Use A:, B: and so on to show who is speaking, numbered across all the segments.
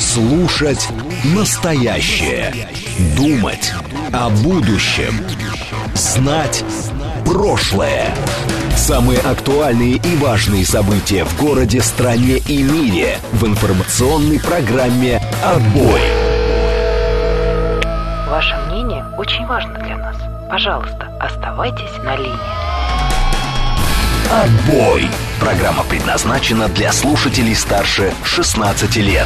A: Слушать настоящее. Думать о будущем. Знать прошлое. Самые актуальные и важные события в городе, стране и мире в информационной программе «Отбой».
B: Ваше мнение очень важно для нас. Пожалуйста, оставайтесь на линии.
A: «Отбой». Программа предназначена для слушателей старше 16 лет.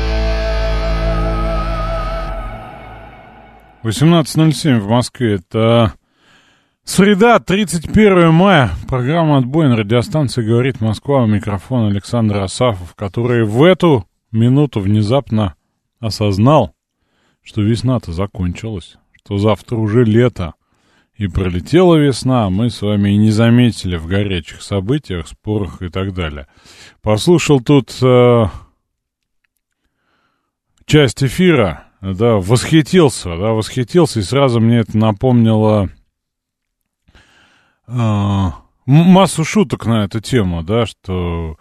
C: 18:07 в Москве. Это среда, 31 мая. Программа «Отбой» на радиостанции «Говорит Москва». У микрофона Александр Асафов, который в эту минуту внезапно осознал, что весна-то закончилась, что завтра уже лето. И пролетела весна, а мы с вами и не заметили в горячих событиях, спорах и так далее. Послушал тут часть эфира, да, восхитился, и сразу мне это напомнило массу шуток на эту тему, да, что...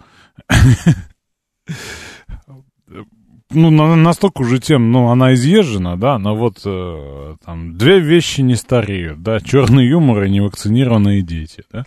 C: Ну, настолько уже тем, она изъезжена, да, но вот там две вещи не стареют, да, черный юмор и невакцинированные дети, да.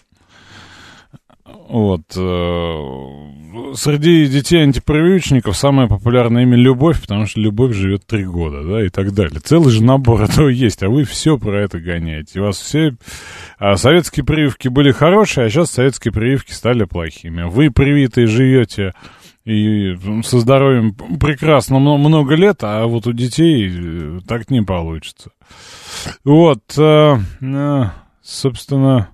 C: Вот. Среди детей антипрививочников самое популярное имя «Любовь», потому что любовь живет 3 года, да, и так далее. Целый же набор этого есть, а вы все про это гоняете. У вас все... советские прививки были хорошие, а сейчас советские прививки стали плохими. Вы, привитые, живете... И со здоровьем прекрасно много лет, а вот у детей так не получится. Вот, собственно,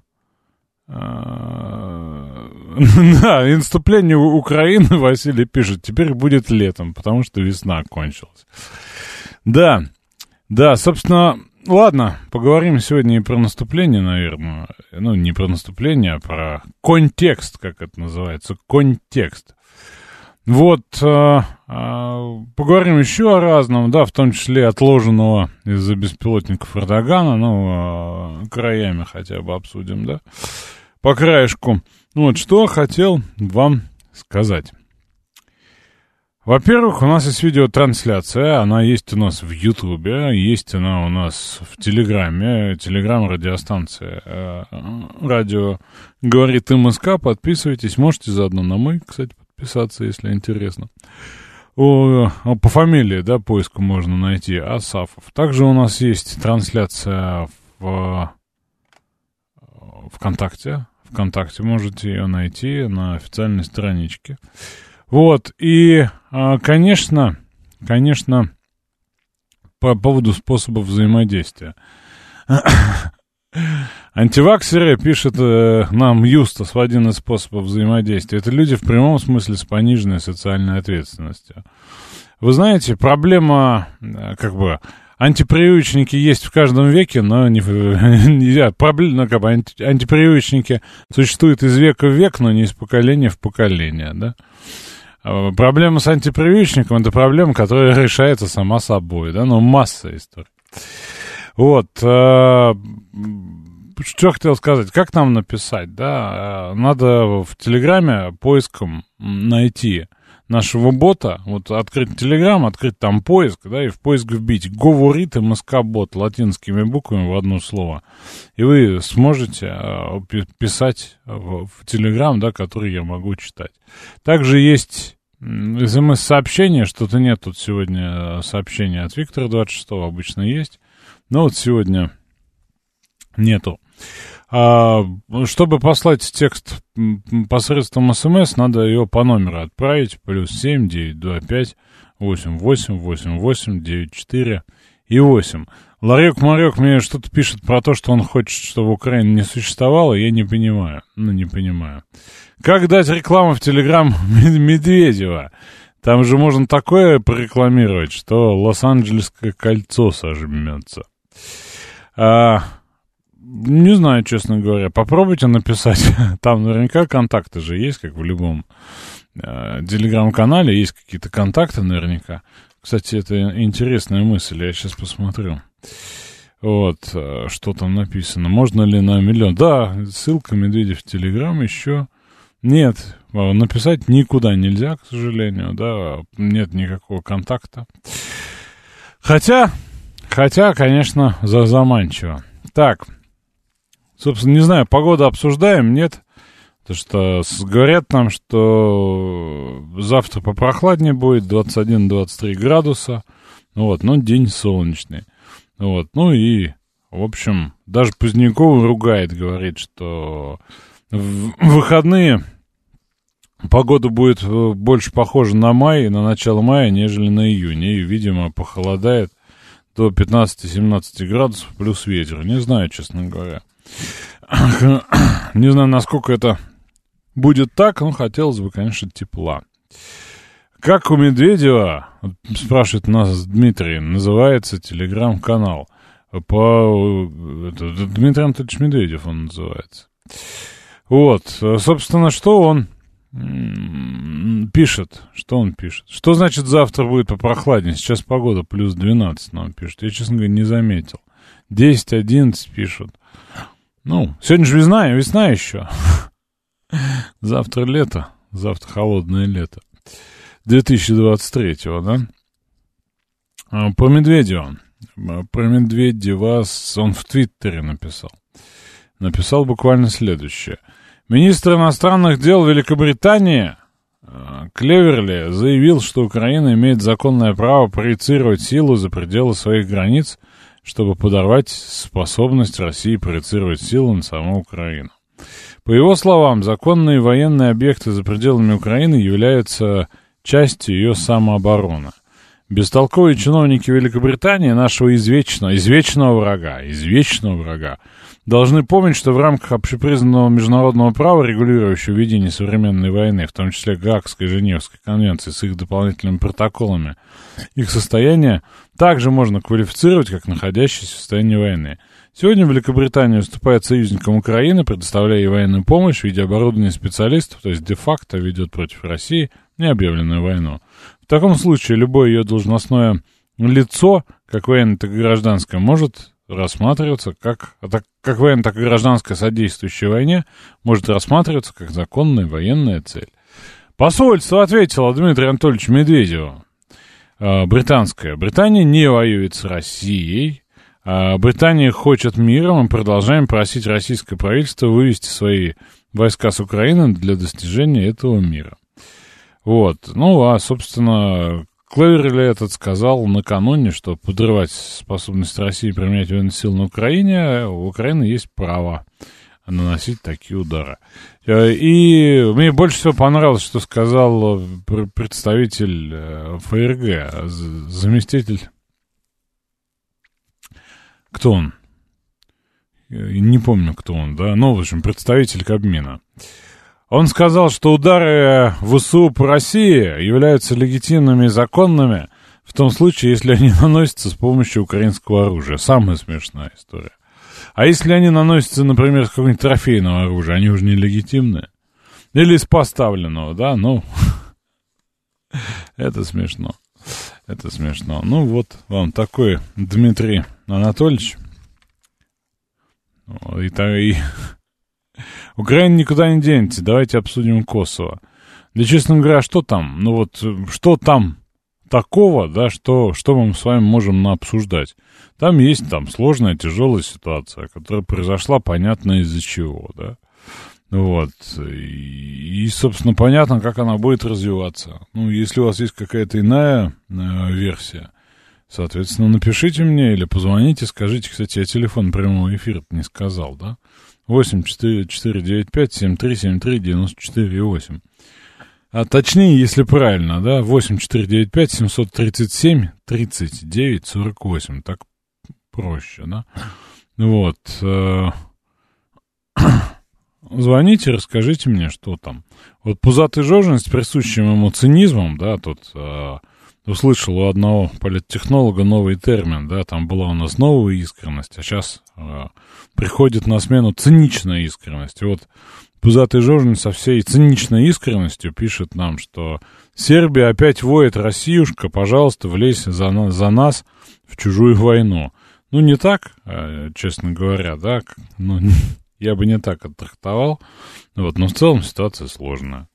C: да, и наступление Украины, Василий пишет, теперь будет летом, потому что весна кончилась. Да, собственно, ладно, поговорим сегодня и про наступление, наверное. Ну, не про наступление, а про контекст, как это называется, контекст. Вот, поговорим еще о разном, да, в том числе отложенного из-за беспилотников Эрдогана, краями хотя бы обсудим, да, по краешку. Вот, что хотел вам сказать. Во-первых, у нас есть видеотрансляция, она есть у нас в Ютубе, есть она у нас в Телеграме, Телеграм-радиостанция «Радио говорит МСК», подписывайтесь, можете заодно на мой, кстати, писаться, если интересно. По фамилии, да, поиску можно найти Асафов. Также у нас есть трансляция в ВКонтакте. ВКонтакте можете ее найти на официальной страничке. Вот, и, конечно, по поводу способов взаимодействия. Антиваксеры, пишет нам Юстас, в один из способов взаимодействия. Это люди в прямом смысле с пониженной социальной ответственностью. Вы знаете, проблема, антипрививочники есть в каждом веке, но антипрививочники существуют из века в век, но не из поколения в поколение, да. Проблема с антипрививочником — это проблема, которая решается сама собой, да, масса историй. Вот, что хотел сказать, как нам написать, да, надо в Телеграме поиском найти нашего бота, вот открыть Телеграм, открыть там поиск, да, и в поиск вбить «Говорит МСК-бот» латинскими буквами в одно слово, и вы сможете писать в Телеграм, да, который я могу читать. Также есть СМС-сообщение, что-то нет тут сегодня сообщения от Виктора 26-го, обычно есть. Но вот сегодня нету. Чтобы послать текст посредством СМС, надо ее по номеру отправить. +7 925 88 88 94 и 8. Ларек-марек мне что-то пишет про то, что он хочет, чтобы Украина не существовала. Я не понимаю. Не понимаю. Как дать рекламу в Телеграм Медведева? Там же можно такое прорекламировать, что Лос-Анджелесское кольцо сожмется. Не знаю, честно говоря. Попробуйте написать. Там наверняка контакты же есть, как в любом телеграм-канале. Есть какие-то контакты наверняка. Кстати, это интересная мысль. Я сейчас посмотрю. Вот, что там написано. Можно ли на 1 000 000? Да, ссылка Медведев в Телеграм еще. Нет, написать никуда нельзя, к сожалению, да, нет никакого контакта. Хотя, конечно, заманчиво. Так, собственно, не знаю, погоду обсуждаем, нет? Потому что говорят нам, что завтра попрохладнее будет, 21-23 градуса, вот, но день солнечный. Вот, ну и, в общем, даже Позднякова ругает, говорит, что в выходные погода будет больше похожа на май, на начало мая, нежели на июнь. И, видимо, похолодает до 15-17 градусов плюс ветер. Не знаю, честно говоря. Не знаю, насколько это будет так, но хотелось бы, конечно, тепла. Как у Медведева, спрашивает нас Дмитрий, называется телеграм-канал. Дмитрий Анатольевич Медведев он называется. Вот, собственно, что он пишет? Что он пишет? Что значит завтра будет попрохладнее? Сейчас погода плюс 12 нам пишет. Я, честно говоря, не заметил. 10-11 пишут. Ну, сегодня же весна еще. Завтра лето. Завтра холодное лето. 2023-го, да? Про Медведева. Про Медведева он в Твиттере написал. Написал буквально следующее. Министр иностранных дел Великобритании Клеверли заявил, что Украина имеет законное право проецировать силу за пределы своих границ, чтобы подорвать способность России проецировать силу на саму Украину. По его словам, законные военные объекты за пределами Украины являются частью ее самообороны. Бестолковые чиновники Великобритании, нашего извечного врага, должны помнить, что в рамках общепризнанного международного права, регулирующего ведение современной войны, в том числе Гаагской и Женевской конвенции с их дополнительными протоколами, их состояние также можно квалифицировать как находящееся в состоянии войны. Сегодня Великобритания выступает союзником Украины, предоставляя ей военную помощь в виде оборудования специалистов, то есть де-факто ведет против России необъявленную войну. В таком случае любое ее должностное лицо, как военное, так и гражданское, может рассматриваться как военное, так и гражданское, содействующее войне, может рассматриваться как законная военная цель. Посольство ответило Дмитрию Анатольевичу Медведеву. Британское. Британия не воюет с Россией. Британия хочет мира. Мы продолжаем просить российское правительство вывести свои войска с Украины для достижения этого мира. Вот. Ну, а, собственно, Клеверли этот сказал накануне, что подрывать способность России применять военные силы на Украине, у Украины есть право наносить такие удары. И мне больше всего понравилось, что сказал представитель ФРГ, заместитель... Кто он? Не помню, кто он, да? Ну, в общем, представитель Кабмина. Он сказал, что удары ВСУ по России являются легитимными и законными в том случае, если они наносятся с помощью украинского оружия. Самая смешная история. А если они наносятся, например, с какого-нибудь трофейного оружия, они уже не легитимны? Или из поставленного, да? Ну, это смешно. Это смешно. Ну, вот вам такой Дмитрий Анатольевич. И Украина никуда не денется. Давайте обсудим Косово. Да, честно говоря, что там? Ну вот, что там такого, да, что мы с вами можем обсуждать? Там есть сложная, тяжелая ситуация, которая произошла, понятно, из-за чего, да. Вот. И, собственно, понятно, как она будет развиваться. Ну, если у вас есть какая-то иная версия, соответственно, напишите мне или позвоните, скажите. Кстати, я телефон прямого эфира не сказал, да? 8-495-7373-94-8. А точнее, если правильно, да, 8-495-737-39-48. Так проще, да? Вот. Звоните, расскажите мне, что там. Вот пузатый Жожин с присущим ему цинизмом, да, тут услышал у одного политтехнолога новый термин, да, там была у нас новая искренность, а сейчас приходит на смену циничная искренность. И вот пузатый Жожин со всей циничной искренностью пишет нам, что Сербия опять воет: Россиюшка, пожалуйста, влезь за нас в чужую войну. Ну, не так, честно говоря, да, ну, Я бы не так оттрактовал. Вот, но в целом ситуация сложная.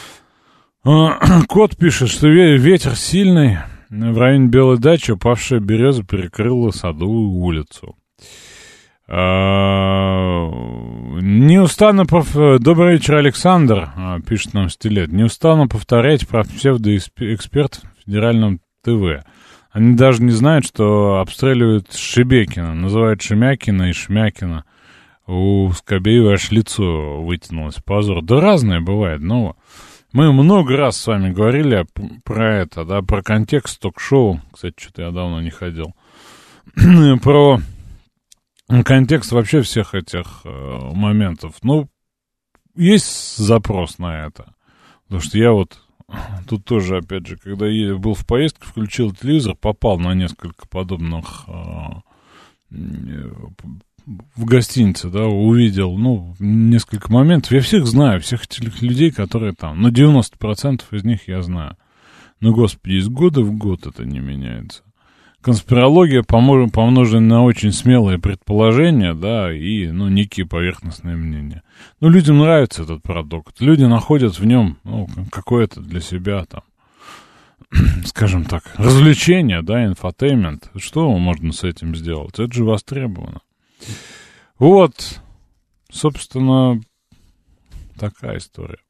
C: Кот пишет, что ветер сильный. В районе Белой дачи упавшая береза перекрыла Садовую улицу. Не устану Добрый вечер, Александр, пишет нам Стилет. Не устану повторять про псевдоэксперт в федеральном ТВ. Они даже не знают, что обстреливают Шебекина. Называют Шемякина и Шмякина. У Скобеева аж лицо вытянулось. Позор. Да разное бывает, но... Мы много раз с вами говорили про это, да, про контекст ток-шоу. Кстати, что-то я давно не ходил. Про контекст вообще всех этих моментов. Ну, есть запрос на это. Потому что я вот тут тоже, опять же, когда я был в поездке, включил телевизор, попал на несколько подобных в гостинице, да, увидел, ну, несколько моментов. Я всех знаю, всех этих людей, которые там. Ну, 90% из них я знаю. Но, господи, из года в год это не меняется. Конспирология помножена на очень смелые предположения, да, и, ну, некие поверхностные мнения. Ну, людям нравится этот продукт. Люди находят в нем, ну, какое-то для себя там, скажем так, развлечение, да, инфотеймент. Что можно с этим сделать? Это же востребовано. Вот, собственно, такая история.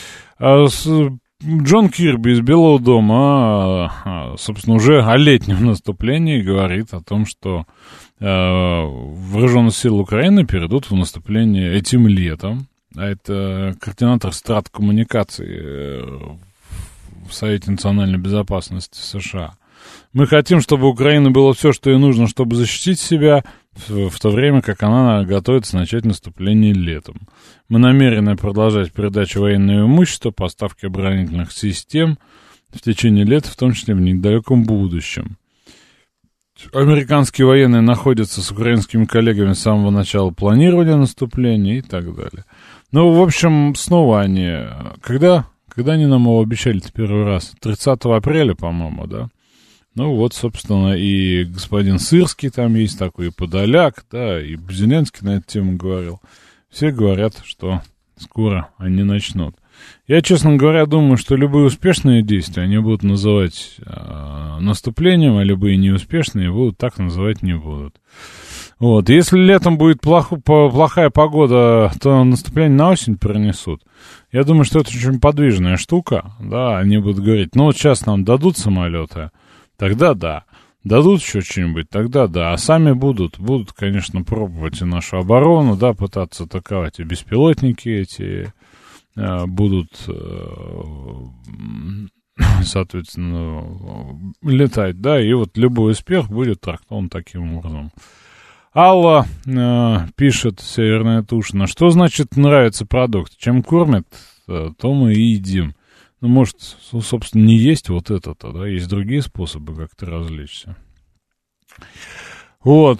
C: Джон Кирби из Белого дома, собственно, уже о летнем наступлении говорит о том, что вооруженные силы Украины перейдут в наступление этим летом. А это координатор страткоммуникаций в Совете национальной безопасности США. Мы хотим, чтобы у Украины было все, что ей нужно, чтобы защитить себя, в то время как она готовится начать наступление летом. Мы намерены продолжать передачу военного имущества, поставки оборонительных систем в течение лета, в том числе в недалеком будущем. Американские военные находятся с украинскими коллегами с самого начала планирования наступления и так далее. Ну, в общем, снова они... Когда они нам его обещали-то первый раз? 30 апреля, по-моему, да? Ну, вот, собственно, и господин Сырский там есть такой, и Подоляк, да, и Зеленский на эту тему говорил. Все говорят, что скоро они начнут. Я, честно говоря, думаю, что любые успешные действия они будут называть наступлением, а любые неуспешные будут так называть не будут. Вот, если летом будет плохая погода, то наступление на осень перенесут. Я думаю, что это очень подвижная штука, да, они будут говорить, ну, вот сейчас нам дадут самолеты, тогда да. Дадут еще что-нибудь, тогда да. А сами будут, конечно, пробовать и нашу оборону, да, пытаться атаковать. И беспилотники эти будут, соответственно, летать, да. И вот любой успех будет трактован таким образом. Алла пишет, Северная Тушина, что значит нравится продукт? Чем кормят, то мы и едим. Ну, может, собственно, не есть вот это-то, да, есть другие способы как-то развлечься. Вот.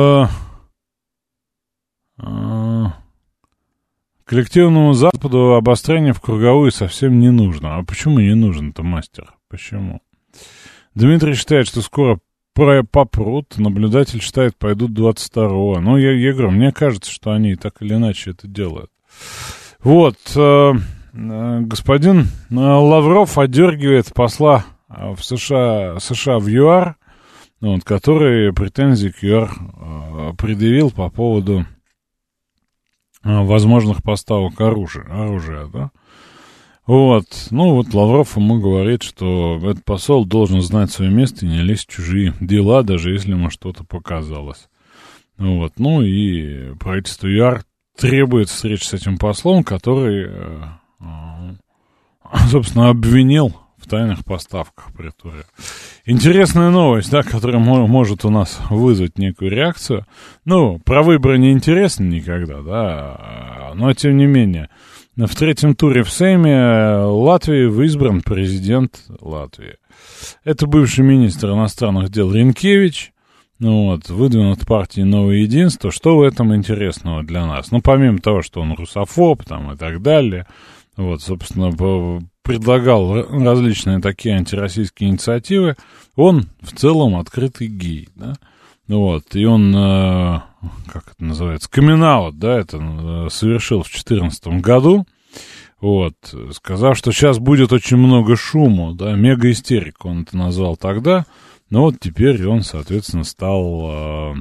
C: Коллективному Западу обострение в круговую совсем не нужно. А почему не нужно-то, мастер? Почему? Дмитрий считает, что скоро попрут, наблюдатель считает, пойдут 22-го. Ну, я говорю, мне кажется, что они так или иначе это делают. Вот. Господин Лавров отдергивает посла в США в ЮАР, вот, который претензии к ЮАР предъявил по поводу возможных поставок оружия, да. Вот, ну вот Лавров ему говорит, что этот посол должен знать свое место и не лезть в чужие дела, даже если ему что-то показалось. Вот, ну и правительство ЮАР требует встречи с этим послом, который... собственно, обвинил в тайных поставках притория. Интересная новость, да, которая может у нас вызвать некую реакцию. Ну, про выборы не интересно никогда, да, но тем не менее. В третьем туре в Сейме Латвии избран президент Латвии. Это бывший министр иностранных дел Ринкевич, ну вот, выдвинут партией «Новое единство». Что в этом интересного для нас? Ну, помимо того, что он русофоб там и так далее... Вот, собственно, предлагал различные такие антироссийские инициативы. Он в целом открытый гей, да? Вот, и он, как это называется, камин-аут, да, это совершил в 2014 году, вот, сказав, что сейчас будет очень много шума, да, мега-истерика он это назвал тогда, но вот теперь он, соответственно, стал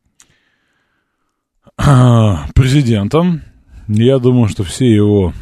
C: президентом. Я думаю, что все его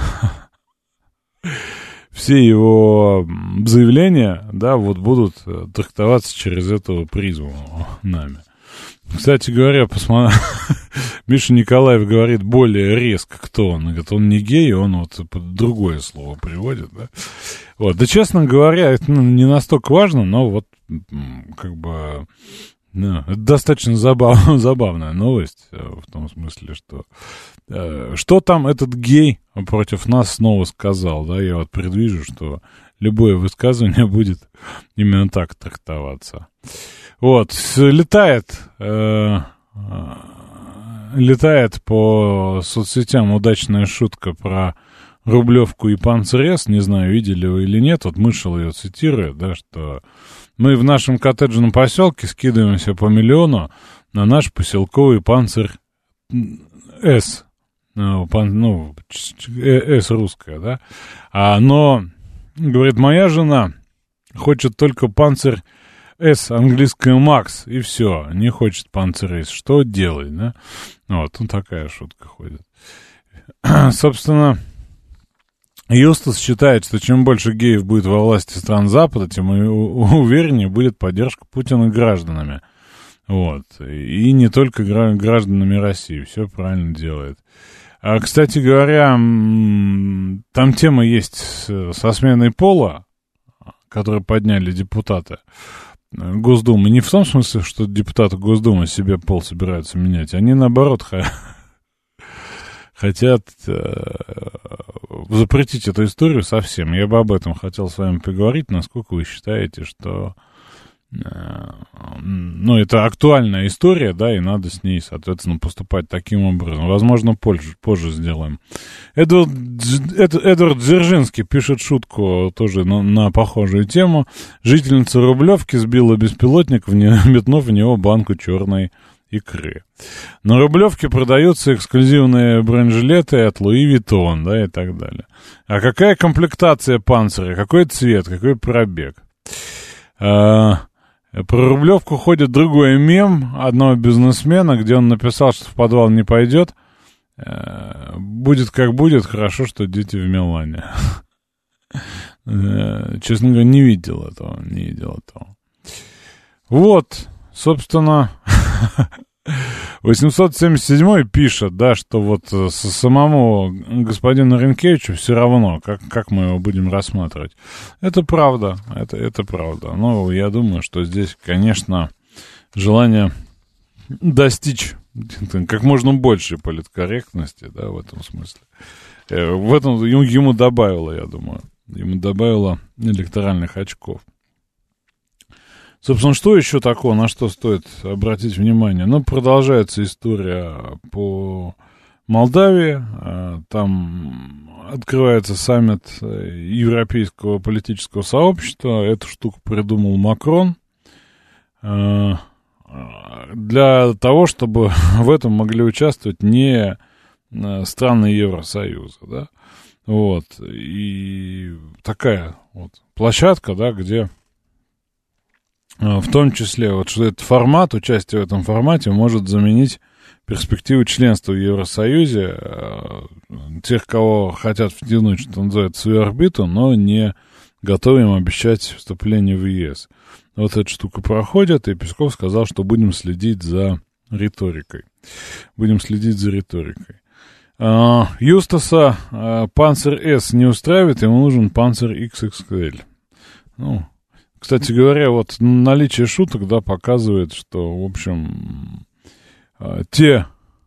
C: заявления, да, вот будут трактоваться через эту призму нами. Кстати говоря, Миша Николаев говорит более резко, кто он. Говорит, он не гей, он вот другое слово приводит, да. Вот, да, честно говоря, это не настолько важно, но вот как бы... Ну, это достаточно забавная новость, в том смысле, что там этот гей против нас снова сказал, да, я вот предвижу, что любое высказывание будет именно так трактоваться. Вот, летает по соцсетям удачная шутка про Рублевку и Панцер-С, не знаю, видели вы или нет, вот Мышел ее цитирует, да, что мы в нашем коттеджном поселке скидываемся по миллиону на наш поселковый Панцер-С, С русская, да, но, говорит, моя жена хочет только Панцер-С, английская Макс, и все, не хочет Панцер-С, что делать, да, вот, ну, такая шутка ходит. Собственно, Юстас считает, что чем больше геев будет во власти стран Запада, тем увереннее будет поддержка Путина гражданами. Вот. И не только гражданами России. Все правильно делает. А, кстати говоря, там тема есть со сменой пола, которую подняли депутаты Госдумы. Не в том смысле, что депутаты Госдумы себе пол собираются менять. Они, наоборот, хотят запретить эту историю совсем. Я бы об этом хотел с вами поговорить. Насколько вы считаете, что это актуальная история, да, и надо с ней, соответственно, поступать таким образом. Возможно, позже сделаем. Эдвард Дзержинский пишет шутку тоже на похожую тему. Жительница Рублевки сбила беспилотник, метнув в него банку черной икры. На Рублевке продаются эксклюзивные бронежилеты от Луи Виттон, да, и так далее. А какая комплектация панциря, какой цвет, какой пробег? Про Рублевку ходит другой мем одного бизнесмена, где он написал, что в подвал не пойдет. Будет как будет, хорошо, что дети в Милане. Честно говоря, не видел этого. Вот, собственно... 877 пишет, да, что вот самому господину Ренкевичу все равно, как мы его будем рассматривать. Это правда, это правда. Но я думаю, что здесь, конечно, желание достичь как можно большей политкорректности, да, в этом смысле. В этом ему добавило, я думаю, электоральных очков. Собственно, что еще такого, на что стоит обратить внимание? Ну, продолжается история по Молдавии. Там открывается саммит Европейского политического сообщества. Эту штуку придумал Макрон для того, чтобы в этом могли участвовать не страны Евросоюза, да? Вот. И такая вот площадка, да, где... В том числе, вот что этот формат, участие в этом формате может заменить перспективу членства в Евросоюзе тех, кого хотят втянуть, что называется, в свою орбиту, но не готовы им обещать вступление в ЕС. Вот эта штука проходит, и Песков сказал, что будем следить за риторикой. Юстаса Панцер-С не устраивает, ему нужен Панцер XXL. Ну, кстати говоря, вот наличие шуток, да, показывает, что, в общем, те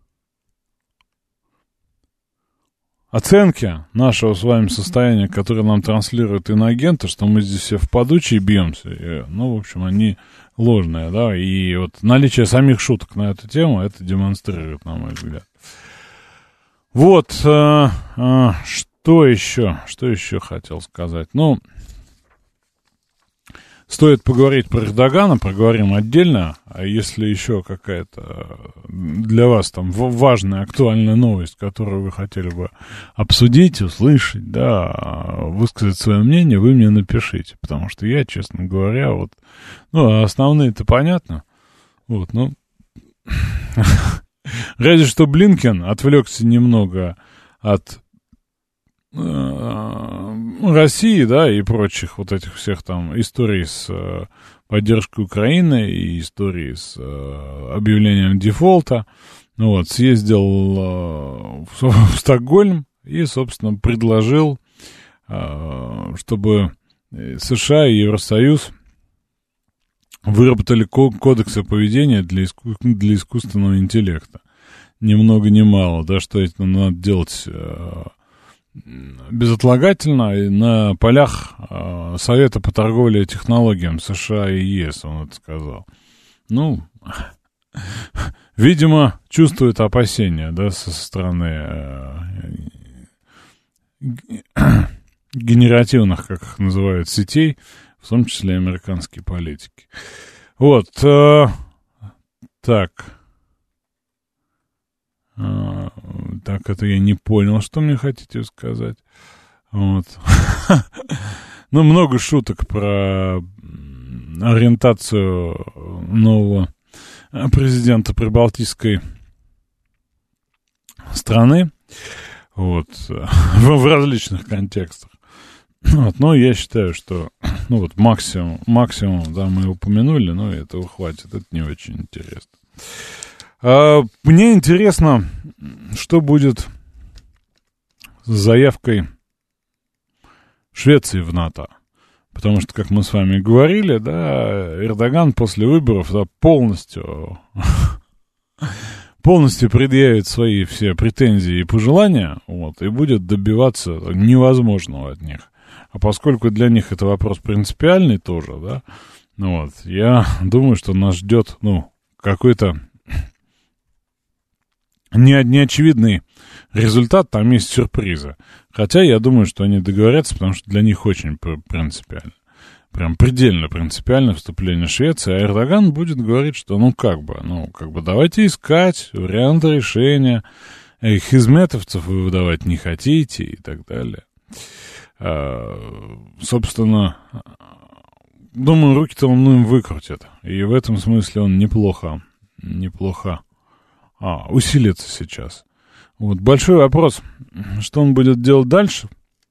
C: оценки нашего с вами состояния, которые нам транслируют иноагенты, что мы здесь все в подучие бьемся, ну, в общем, они ложные, да, и вот наличие самих шуток на эту тему это демонстрирует, на мой взгляд. Вот, что еще хотел сказать, ну... стоит поговорить про Эрдогана, проговорим отдельно, а если еще какая-то для вас там важная, актуальная новость, которую вы хотели бы обсудить, услышать, да, высказать свое мнение, вы мне напишите, потому что я, честно говоря, вот, ну, основные-то понятно, вот, ну, разве что Блинкен отвлекся немного от России, да, и прочих вот этих всех там историй с поддержкой Украины и истории с объявлением дефолта. Вот, съездил в Стокгольм и, собственно, предложил, чтобы США и Евросоюз выработали кодексы поведения для искусственного интеллекта. Ни много ни мало, да, что это надо делать безотлагательно на полях Совета по торговле и технологиям США и ЕС, он это сказал. Ну, видимо, чувствует опасения, да, со стороны генеративных, как их называют, сетей, в том числе американские политики. Вот, так, это я не понял, что мне хотите сказать. Вот. Ну, много шуток про ориентацию нового президента прибалтийской страны. Вот. В различных контекстах. Вот. Но я считаю, что ну, вот максимум, да, мы упомянули, но этого хватит. Это не очень интересно. Мне интересно, что будет с заявкой Швеции в НАТО. Потому что, как мы с вами говорили, да, Эрдоган после выборов, да, полностью предъявит свои все претензии и пожелания, вот, и будет добиваться невозможного от них. А поскольку для них это вопрос принципиальный тоже, да, вот, я думаю, что нас ждет, ну, какой-то неочевидный результат, там есть сюрпризы. Хотя я думаю, что они договорятся, потому что для них очень принципиально. Прям предельно принципиально вступление Швеции. А Эрдоган будет говорить, что ну как бы давайте искать варианты решения. Хизметовцев вы выдавать не хотите и так далее. Собственно, думаю, руки-то он им выкрутит. И в этом смысле он неплохо усилится сейчас. Вот большой вопрос, что он будет делать дальше.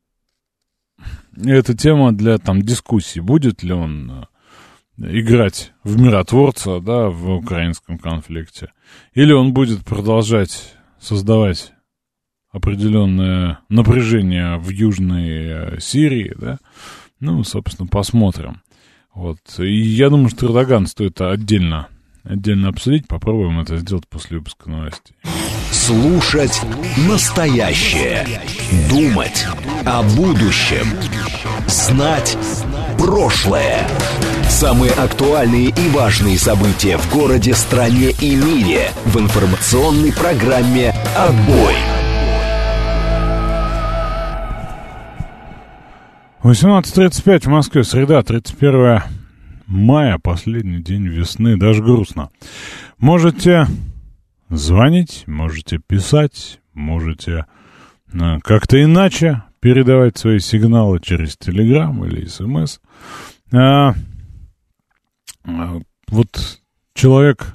C: Это тема для там дискуссий. Будет ли он играть в миротворца, да, в украинском конфликте, или он будет продолжать создавать определенное напряжение в Южной Сирии, да. Ну, собственно, посмотрим. Вот. И я думаю, что Эрдоган стоит отдельно обсудить. Попробуем это сделать после выпуска новостей.
A: Слушать настоящее. Думать о будущем. Знать прошлое. Самые актуальные и важные события в городе, стране и мире в информационной программе «Отбой».
C: 18:35 в Москве, среда, 31 мая, последний день весны, даже грустно. Можете звонить, можете писать, можете как-то иначе передавать свои сигналы через Телеграм или СМС. Вот человек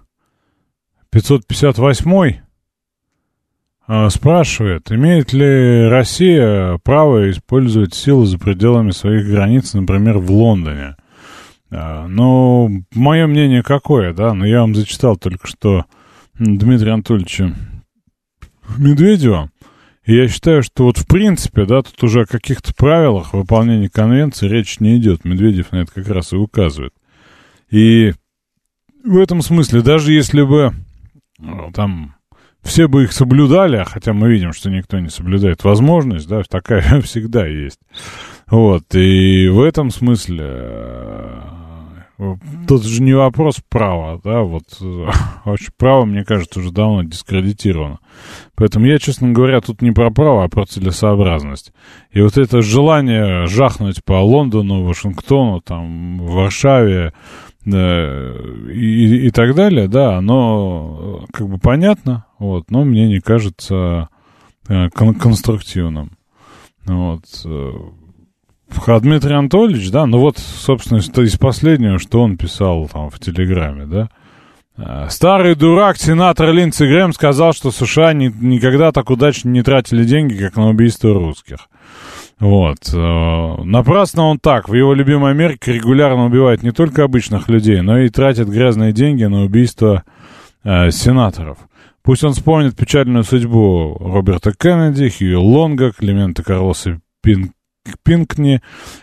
C: 558 спрашивает, имеет ли Россия право использовать силу за пределами своих границ, например, в Лондоне. Ну, мое мнение какое, да, но я вам зачитал только что Дмитрия Анатольевича Медведева, и я считаю, что вот в принципе, да, тут уже о каких-то правилах выполнения конвенции речь не идет. Медведев на это как раз и указывает. И в этом смысле, даже если бы там все бы их соблюдали, хотя мы видим, что никто не соблюдает, возможность, да, такая всегда есть. Вот, и в этом смысле Тут же не вопрос права, да, вот вообще право, мне кажется, уже давно дискредитировано. Поэтому я, честно говоря, тут не про право, а про целесообразность. И вот это желание жахнуть по Лондону, Вашингтону, там, Варшаве и так далее, да, оно как бы понятно, вот, но мне не кажется конструктивным. Вот. Дмитрий Анатольевич, да, ну вот, собственно, из последнего, что он писал там в Телеграме, да. Старый дурак, сенатор Линдси Грэм сказал, что США никогда так удачно не тратили деньги, как на убийство русских. Вот. Напрасно он так. В его любимой Америке регулярно убивает не только обычных людей, но и тратит грязные деньги на убийство сенаторов. Пусть он вспомнит печальную судьбу Роберта Кеннеди, Хью Лонга, Клемента Карлоса Пинкни,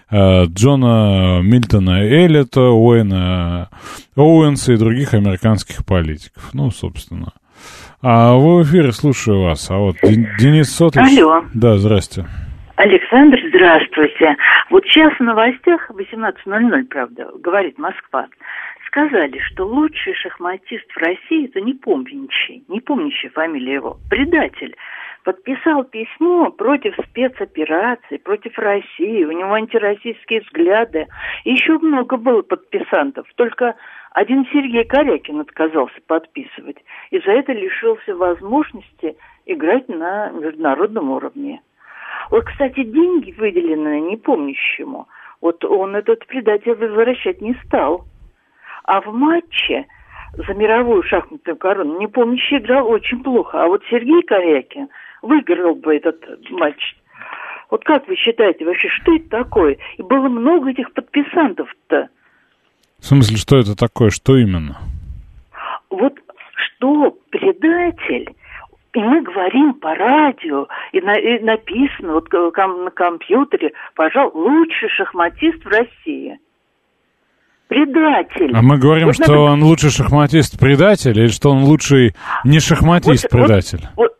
C: Джона Мильтона Эллиота, Уэйна Оуэнса и других американских политиков. Ну, собственно. А вы в эфире, слушаю вас. А вот Денис Сотович...
D: Алло.
C: Да, здрасте.
D: Александр, здравствуйте. Вот сейчас в новостях, 18:00, правда, говорит Москва, сказали, что лучший шахматист в России — это не помнящий фамилия его, предатель. Подписал письмо против спецопераций, против России, у него антироссийские взгляды. И еще много было подписантов, только один Сергей Корякин отказался подписывать. И за это лишился возможности играть на международном уровне. Вот, кстати, деньги, выделенные непомнящему, вот он этот предатель возвращать не стал. А в матче за мировую шахматную корону непомнящий играл очень плохо. А вот Сергей Корякин выиграл бы этот матч. Вот как вы считаете вообще, что это такое? И было много этих подписантов-то.
C: В смысле, что это такое? Что именно?
D: Вот что предатель... И мы говорим по радио, и написано вот на компьютере, пожалуйста, лучший шахматист в России. Предатель.
C: А мы говорим, вот что он лучший шахматист-предатель, или что он лучший не шахматист-предатель?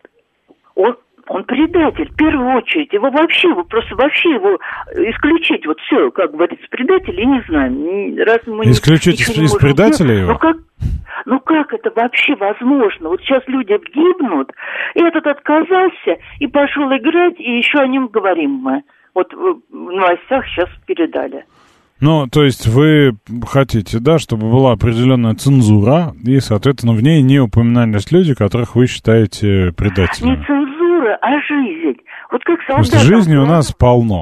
D: Он предатель, в первую очередь. Его вообще его исключить. Вот все, как говорится, предатель, я не знаю. Раз мы
C: исключить из предателя его?
D: Ну как это вообще возможно? Вот сейчас люди гибнут, и этот отказался и пошел играть, и еще о нем говорим мы. Вот в новостях сейчас передали.
C: Ну, то есть вы хотите, да, чтобы была определенная цензура, и, соответственно, в ней не упоминались люди, которых вы считаете предателями.
D: Не цензура, а жизнь. Вот как солдат.
C: Жизни у нас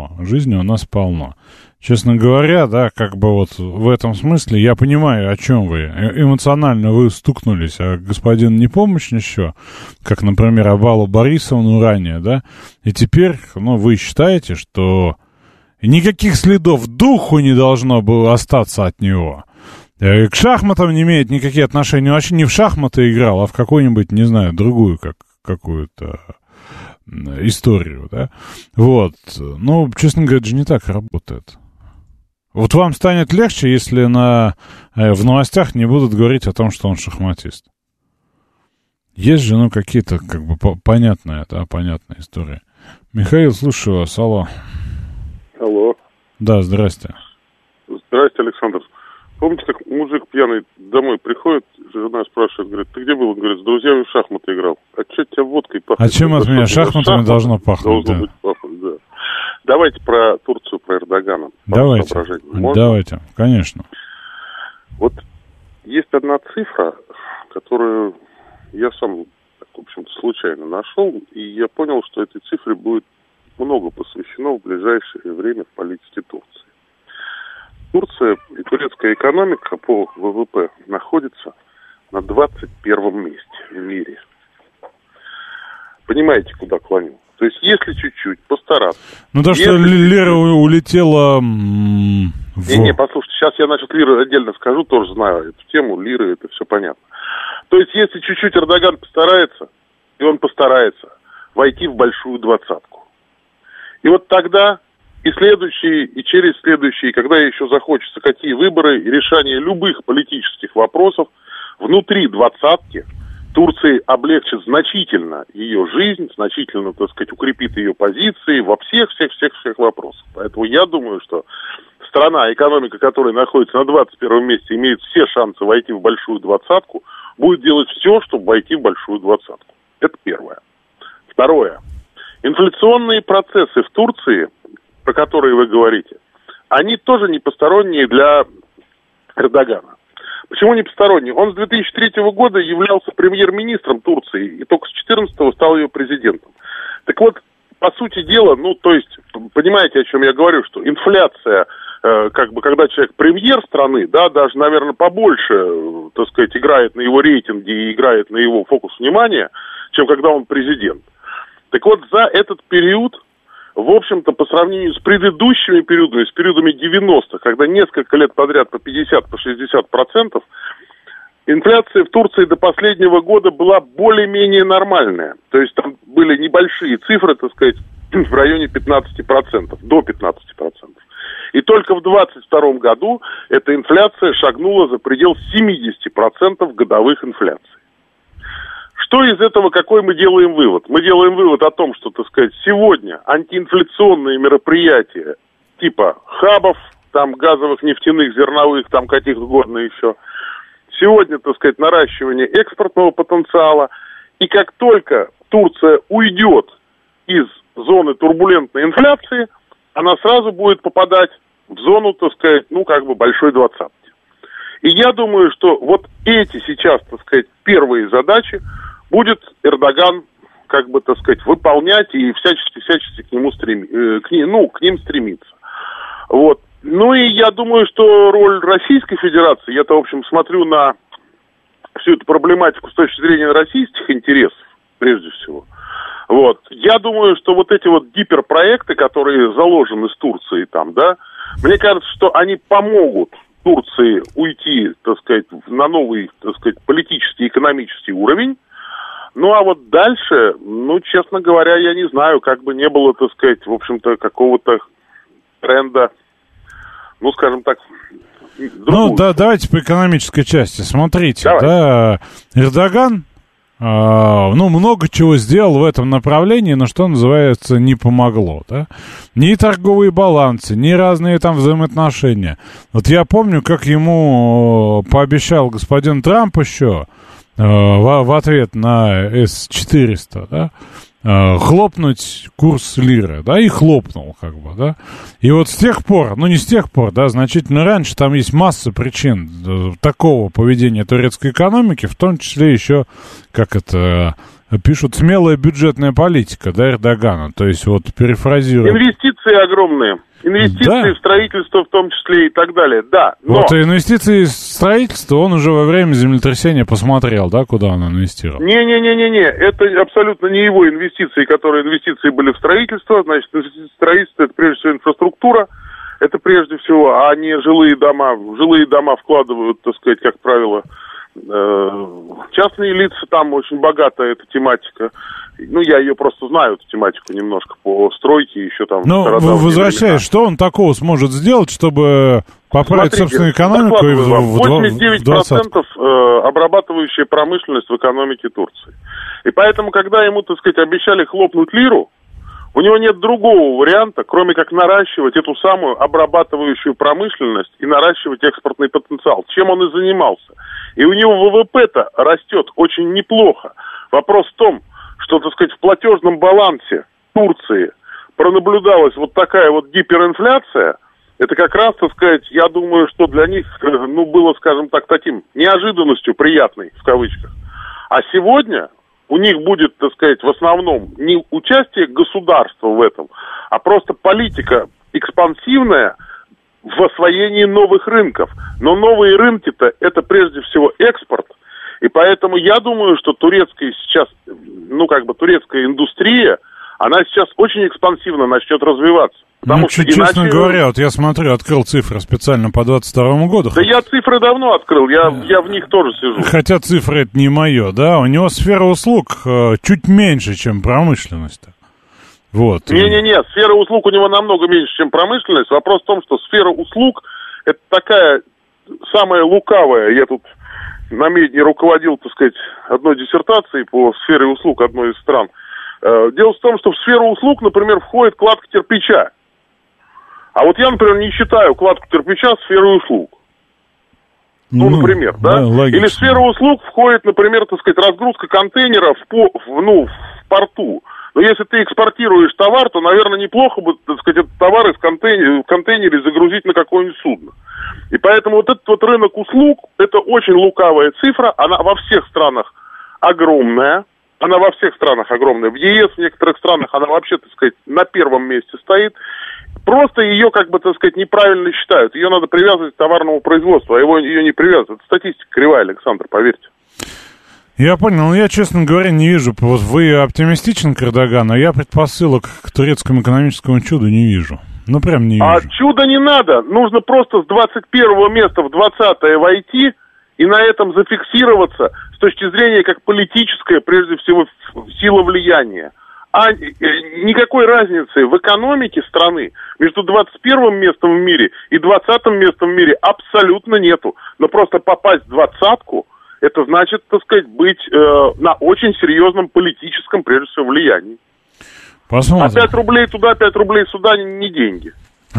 C: полно. Честно говоря, да, как бы вот в этом смысле я понимаю, о чем вы. Эмоционально вы стукнулись, а господин непомощный, как, например, Аллу Борисовну ранее, да, и теперь, вы считаете, что никаких следов духу не должно было остаться от него. К шахматам не имеет никаких отношений. Он вообще не в шахматы играл, а в какую-нибудь, не знаю, другую какую-то историю, да. Вот. Честно говоря, это же не так работает. Вот вам станет легче, если в новостях не будут говорить о том, что он шахматист. Есть же, какие-то, понятная история. Михаил, слушаю вас, алло.
E: Алло.
C: Да, здрасте.
E: Здрасте, Александр. Помните, как мужик пьяный домой приходит, жена спрашивает, говорит, ты где был? Он говорит, с друзьями в шахматы играл. А что тебя водкой пахнет?
C: А чем от меня шахматами должно пахнуть?
E: Должно быть пахнуть, да. Давайте про Турцию, про Эрдогана.
C: Давайте, конечно.
E: Вот есть одна цифра, которую я сам, в общем-то, случайно нашел, и я понял, что этой цифре будет много посвящено в ближайшее время в политике Турции. Турция и турецкая экономика по ВВП находится на 21-м месте в мире. Понимаете, куда клоню? То есть, если чуть-чуть постараться...
C: что лира улетела... Не,
E: послушайте, сейчас я насчет лиры отдельно скажу, тоже знаю эту тему, лиры, это все понятно. То есть, если чуть-чуть Эрдоган постарается, и он постарается войти в большую двадцатку. И вот тогда и следующие, и через следующие, когда еще захочется, какие выборы и решение любых политических вопросов внутри двадцатки, Турции облегчит значительно ее жизнь, значительно, так сказать, укрепит ее позиции во всех вопросах. Поэтому я думаю, что страна, экономика которой находится на 21 месте, имеет все шансы войти в большую двадцатку, будет делать все, чтобы войти в большую двадцатку. Это первое. Второе. Инфляционные процессы в Турции, про которые вы говорите, они тоже не посторонние для Эрдогана. Почему не посторонний? Он с 2003 года являлся премьер-министром Турции и только с 2014 стал ее президентом. Так вот, по сути дела, то есть, понимаете, о чем я говорю, что инфляция, когда человек премьер страны, да, даже, наверное, побольше, так сказать, играет на его рейтинге и играет на его фокус внимания, чем когда он президент. Так вот, за этот период, в общем-то, по сравнению с предыдущими периодами, с периодами 90-х, когда несколько лет подряд по 50-60%, инфляция в Турции до последнего года была более-менее нормальная. То есть там были небольшие цифры, так сказать, в районе 15%, до 15%. И только в 2022 году эта инфляция шагнула за предел 70% годовых инфляций. Что из этого, какой мы делаем вывод? Мы делаем вывод о том, что, так сказать, сегодня антиинфляционные мероприятия типа хабов, там газовых, нефтяных, зерновых, там каких угодно еще, сегодня, так сказать, наращивание экспортного потенциала, и как только Турция уйдет из зоны турбулентной инфляции, она сразу будет попадать в зону, так сказать, большой двадцатки. И я думаю, что вот эти сейчас, так сказать, первые задачи будет Эрдоган, так сказать, выполнять и всячески к ним стремиться. Вот. И я думаю, что роль Российской Федерации, я-то, в общем, смотрю на всю эту проблематику с точки зрения российских интересов, прежде всего. Вот. Я думаю, что вот эти вот гиперпроекты, которые заложены с Турцией там, да, мне кажется, что они помогут Турции уйти, так сказать, на новый, так сказать, политический и экономический уровень. А вот дальше, честно говоря, я не знаю, как бы не было, так сказать, в общем-то, какого-то тренда, скажем так, другую.
C: Давайте по экономической части. Смотрите, да, Эрдоган, много чего сделал в этом направлении, но, что называется, не помогло, да? Ни торговые балансы, ни разные там взаимоотношения. Вот я помню, как ему пообещал господин Трамп еще в ответ на С-400, да, хлопнуть курс лиры, да, и хлопнул, да. И вот с тех пор, не с тех пор, да, значительно раньше, там есть масса причин такого поведения турецкой экономики, в том числе еще, пишут, смелая бюджетная политика, да, Эрдогана, то есть вот перефразируя.
E: Инвестиции огромные. Инвестиции в строительство в том числе и так далее, да. Но...
C: Вот инвестиции в строительство он уже во время землетрясения посмотрел, да, куда он инвестировал?
E: Не, это абсолютно не его инвестиции, инвестиции были в строительство, значит, строительство это прежде всего инфраструктура, это прежде всего, а не жилые дома. В жилые дома вкладывают, так сказать, как правило, частные лица, там очень богатая эта тематика. Я ее просто знаю, эту тематику немножко по стройке, еще там...
C: возвращаясь, что он такого сможет сделать, чтобы поправить собственную экономику и в
E: 89% обрабатывающая промышленность в экономике Турции. И поэтому, когда ему, так сказать, обещали хлопнуть лиру, у него нет другого варианта, кроме как наращивать эту самую обрабатывающую промышленность и наращивать экспортный потенциал, чем он и занимался. И у него ВВП-то растет очень неплохо. Вопрос в том, что, так сказать, в платежном балансе Турции пронаблюдалась вот такая вот гиперинфляция, это как раз, так сказать, я думаю, что для них, было, скажем так, таким неожиданностью приятной, в кавычках. А сегодня у них будет, так сказать, в основном не участие государства в этом, а просто политика экспансивная в освоении новых рынков. Но новые рынки-то это прежде всего экспорт. И поэтому я думаю, что турецкая сейчас, турецкая индустрия, она сейчас очень экспансивно начнет развиваться.
C: Честно говоря, вот я смотрю, открыл цифры специально по 22 году.
E: Да я цифры давно открыл, я в них тоже сижу.
C: Хотя цифры это не мое, да? У него сфера услуг чуть меньше, чем промышленность-то. Вот.
E: Не-не-не, сфера услуг у него намного меньше, чем промышленность. Вопрос в том, что сфера услуг это такая самая лукавая, я тут на Медне руководил, так сказать, одной диссертацией по сфере услуг одной из стран. Дело в том, что в сферу услуг, например, входит кладка кирпича. А вот я, например, не считаю кладку кирпича сферой услуг. Ну, например, да? Или в сферу услуг входит, например, так сказать, разгрузка контейнеров в порту. Но если ты экспортируешь товар, то, наверное, неплохо бы, так сказать, этот товар в контейнере загрузить на какое-нибудь судно. И поэтому вот этот вот рынок услуг, это очень лукавая цифра, она во всех странах огромная. Она во всех странах огромная. В ЕС, в некоторых странах она вообще, так сказать, на первом месте стоит. Просто ее, как бы, так сказать, неправильно считают. Ее надо привязывать к товарному производству, а ее не привязывают. Это статистика кривая, Александр, поверьте.
C: Я понял, но я, честно говоря, не вижу. Вот вы оптимистичен к Эрдогану, а я предпосылок к турецкому экономическому чуду не вижу. Ну, прям не вижу.
E: А чуда не надо. Нужно просто с 21-го места в 20-е войти и на этом зафиксироваться с точки зрения как политическая, прежде всего, сила влияния. А никакой разницы в экономике страны между 21-м местом в мире и 20-м местом в мире абсолютно нету. Но просто попасть в 20-ку, это значит, так сказать, быть на очень серьезном политическом, прежде всего, влиянии.
C: Посмотрим.
E: А 5 рублей туда, 5 рублей сюда не деньги.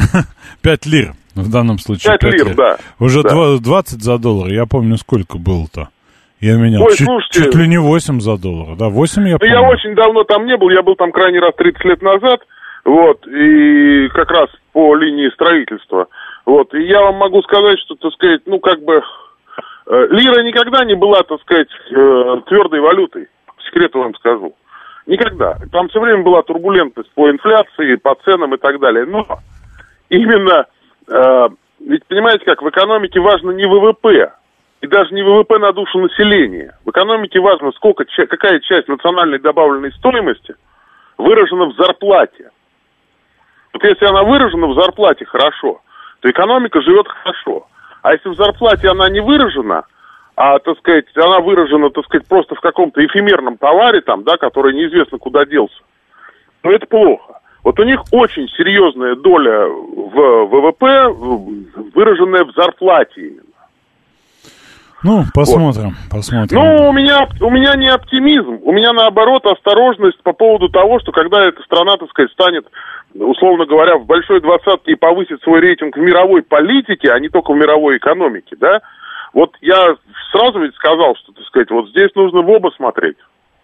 C: 5 лир в данном случае.
E: 5 лир, да.
C: Уже
E: да.
C: 20 за доллар, я помню, сколько было-то. Я менял.
E: Ой, слушайте,
C: чуть ли не 8 за доллар. Да, 8 я помню.
E: Я очень давно там не был, я был там крайний раз 30 лет назад, вот, и как раз по линии строительства. Вот, и я вам могу сказать, что, так сказать, ну, как бы, лира никогда не была, так сказать, твердой валютой, по секрету вам скажу. Никогда. Там все время была турбулентность по инфляции, по ценам и так далее. Но именно, ведь понимаете как, в экономике важно не ВВП, и даже не ВВП на душу населения. В экономике важно, какая часть национальной добавленной стоимости выражена в зарплате. Вот если она выражена в зарплате хорошо, то экономика живет хорошо. А если в зарплате она не выражена, а, так сказать, она выражена, так сказать, просто в каком-то эфемерном товаре, там, да, который неизвестно куда делся, то это плохо. Вот у них очень серьезная доля в ВВП, выраженная в зарплате именно.
C: Ну, посмотрим, вот. Посмотрим.
E: Ну, у меня не оптимизм, у меня, наоборот, осторожность по поводу того, что когда эта страна, так сказать, станет, условно говоря, в большой двадцатке и повысит свой рейтинг в мировой политике, а не только в мировой экономике, да, вот я сразу ведь сказал, что, так сказать, вот здесь нужно в оба смотреть.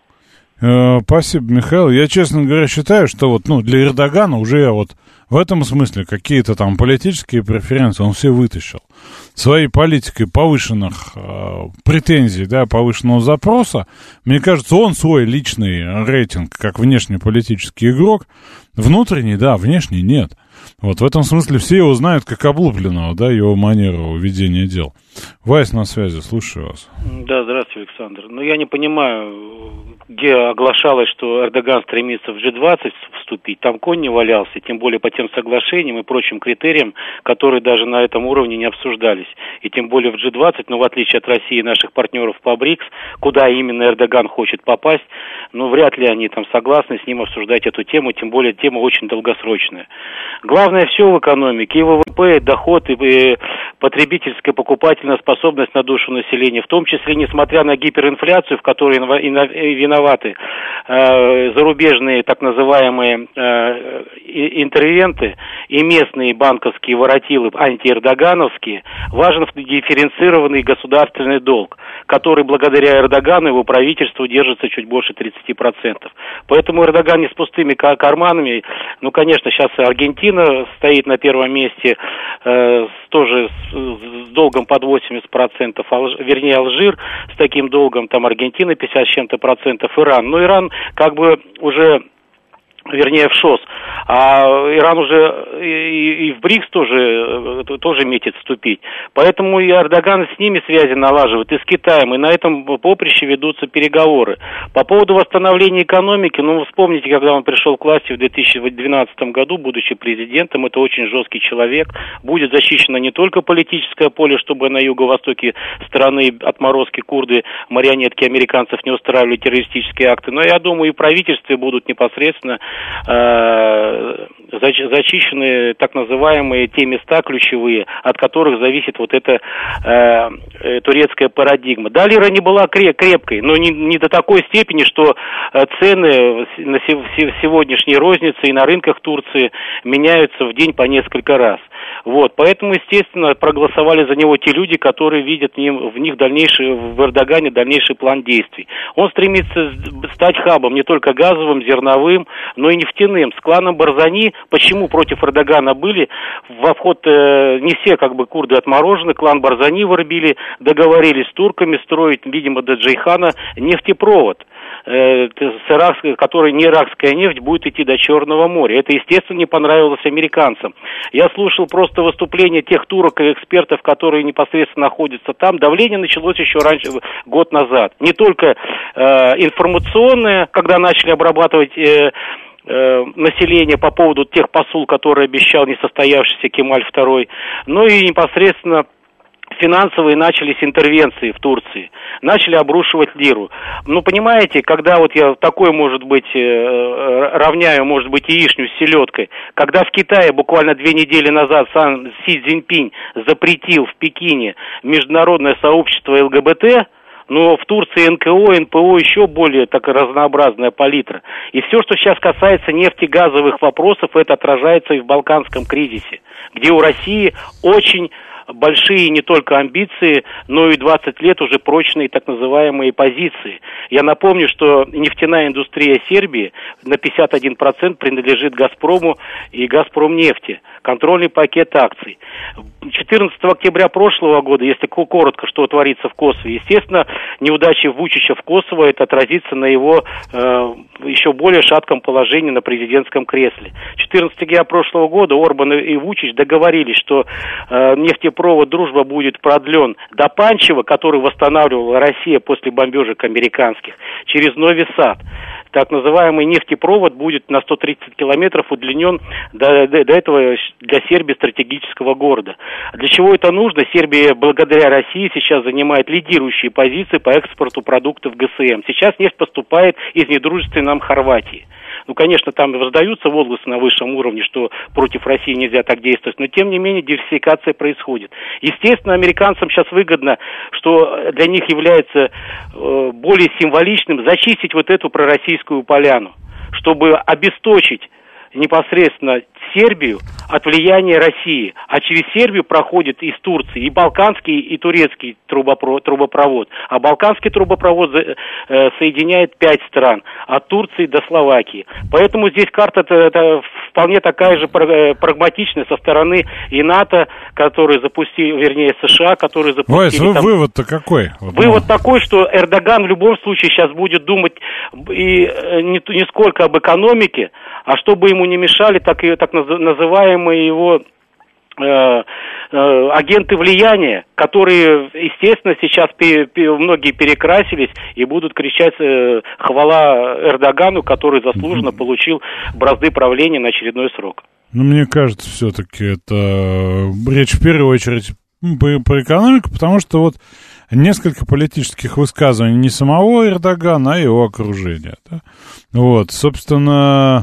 C: Спасибо, Михаил. Я, честно говоря, считаю, что вот, для Эрдогана уже вот в этом смысле какие-то там политические преференции он все вытащил. Своей политикой повышенных претензий, да, повышенного запроса, мне кажется, он свой личный рейтинг, как внешнеполитический игрок, внутренний, да, внешний нет. Вот в этом смысле все его знают как облупленного, да, его манеру ведения дел. Вась на связи, слушаю вас.
F: Да, здравствуйте, Александр. Ну, я не понимаю, где оглашалось, что Эрдоган стремится в G20 вступить. Там конь не валялся, тем более по тем соглашениям и прочим критериям, которые даже на этом уровне не обсуждались. И тем более в G20, в отличие от России и наших партнеров по БРИКС, куда именно Эрдоган хочет попасть, вряд ли они там согласны с ним обсуждать эту тему, тем более тема очень долгосрочная. Главное все в экономике, и ВВП, и доход, и потребительская покупательная способность на душу населения, в том числе, несмотря на гиперинфляцию, в которой виноваты зарубежные так называемые интервенты и местные банковские воротилы антиэрдогановские, важен дифференцированный государственный долг, который благодаря Эрдогану и его правительству держится чуть больше 30%. Поэтому Эрдоган не с пустыми карманами. Конечно, сейчас Аргентина стоит на первом месте, тоже с долгом под 80%, вернее Алжир с таким долгом, там Аргентина 50 с чем-то процентов, Иран. Но Иран как бы уже, вернее в ШОС, а Иран уже и в БРИКС тоже метит вступить. Поэтому и Эрдоган с ними связи налаживает, и с Китаем, и на этом поприще ведутся переговоры. По поводу восстановления экономики, вспомните, когда он пришел к власти в 2012 году, будучи президентом, это очень жесткий человек, будет защищено не только политическое поле, чтобы на юго-востоке страны отморозки, курды, марионетки американцев не устраивали террористические акты, но, я думаю, и в правительстве будут непосредственно зачищены так называемые те места ключевые, от которых зависит вот эта турецкая парадигма. Да, лира не была крепкой, но не до такой степени, что цены на сегодняшней рознице и на рынках Турции меняются в день по несколько раз. Вот, поэтому, естественно, проголосовали за него те люди, которые видят в них в Эрдогане дальнейший план действий. Он стремится стать хабом не только газовым, зерновым, но и нефтяным. С кланом Барзани, почему против Эрдогана были, во вход не все курды отморожены, клан Барзани в Эрбиле договорились с турками строить, видимо, до Джейхана нефтепровод, который не иракская нефть будет идти до Черного моря. Это, естественно, не понравилось американцам. Я слушал просто выступления тех турок и экспертов, которые непосредственно находятся там. Давление началось еще раньше, год назад. Не только информационное, когда начали обрабатывать население по поводу тех посул, которые обещал несостоявшийся Кемаль II, но и непосредственно финансовые начались интервенции в Турции, начали обрушивать лиру. Ну, понимаете, когда вот я такой, может быть, равняю, может быть, яичню с селедкой, когда в Китае буквально 2 недели назад сам Си Цзиньпинь запретил в Пекине международное сообщество ЛГБТ, но в Турции НКО, НПО еще более так разнообразная палитра. И все, что сейчас касается нефтегазовых вопросов, это отражается и в Балканском кризисе, где у России очень большие не только амбиции, но и 20 лет уже прочные так называемые позиции. Я напомню, что нефтяная индустрия Сербии на 51% принадлежит «Газпрому» и «Газпромнефти». Контрольный пакет акций. 14 октября прошлого года, если коротко, что творится в Косово, естественно, неудача Вучича в Косово, это отразится на его еще более шатком положении на президентском кресле. 14 октября прошлого года Орбан и Вучич договорились, что нефтепровод «Дружба» будет продлен до Панчева, который восстанавливала Россия после бомбежек американских, через Нови Сад. Так называемый нефтепровод будет на 130 километров удлинен до этого для Сербии стратегического города. Для чего это нужно? Сербия благодаря России сейчас занимает лидирующие позиции по экспорту продуктов ГСМ. Сейчас нефть поступает из недружественной нам Хорватии. Ну, конечно, там раздаются возгласы на высшем уровне, что против России нельзя так действовать, но, тем не менее, диверсификация происходит. Естественно, американцам сейчас выгодно, что для них является более символичным, зачистить вот эту пророссийскую поляну, чтобы обесточить непосредственно Сербию от влияния России. А через Сербию проходит из Турции и балканский, и турецкий трубопровод. А балканский трубопровод соединяет 5 стран, от Турции до Словакии. Поэтому здесь карта это вполне такая же прагматичная со стороны и НАТО, который запустил, вернее, США, который запустил...
C: Вывод-то какой?
F: Вывод такой, что Эрдоган в любом случае сейчас будет думать и не сколько об экономике, а чтобы ему не мешали так называемые его агенты влияния, которые, естественно, сейчас многие перекрасились и будут кричать хвала Эрдогану, который заслуженно получил бразды правления на очередной срок.
C: Ну, мне кажется, все-таки это речь в первую очередь про экономику, потому что вот несколько политических высказываний не самого Эрдогана, а его окружения. Да? Вот, собственно...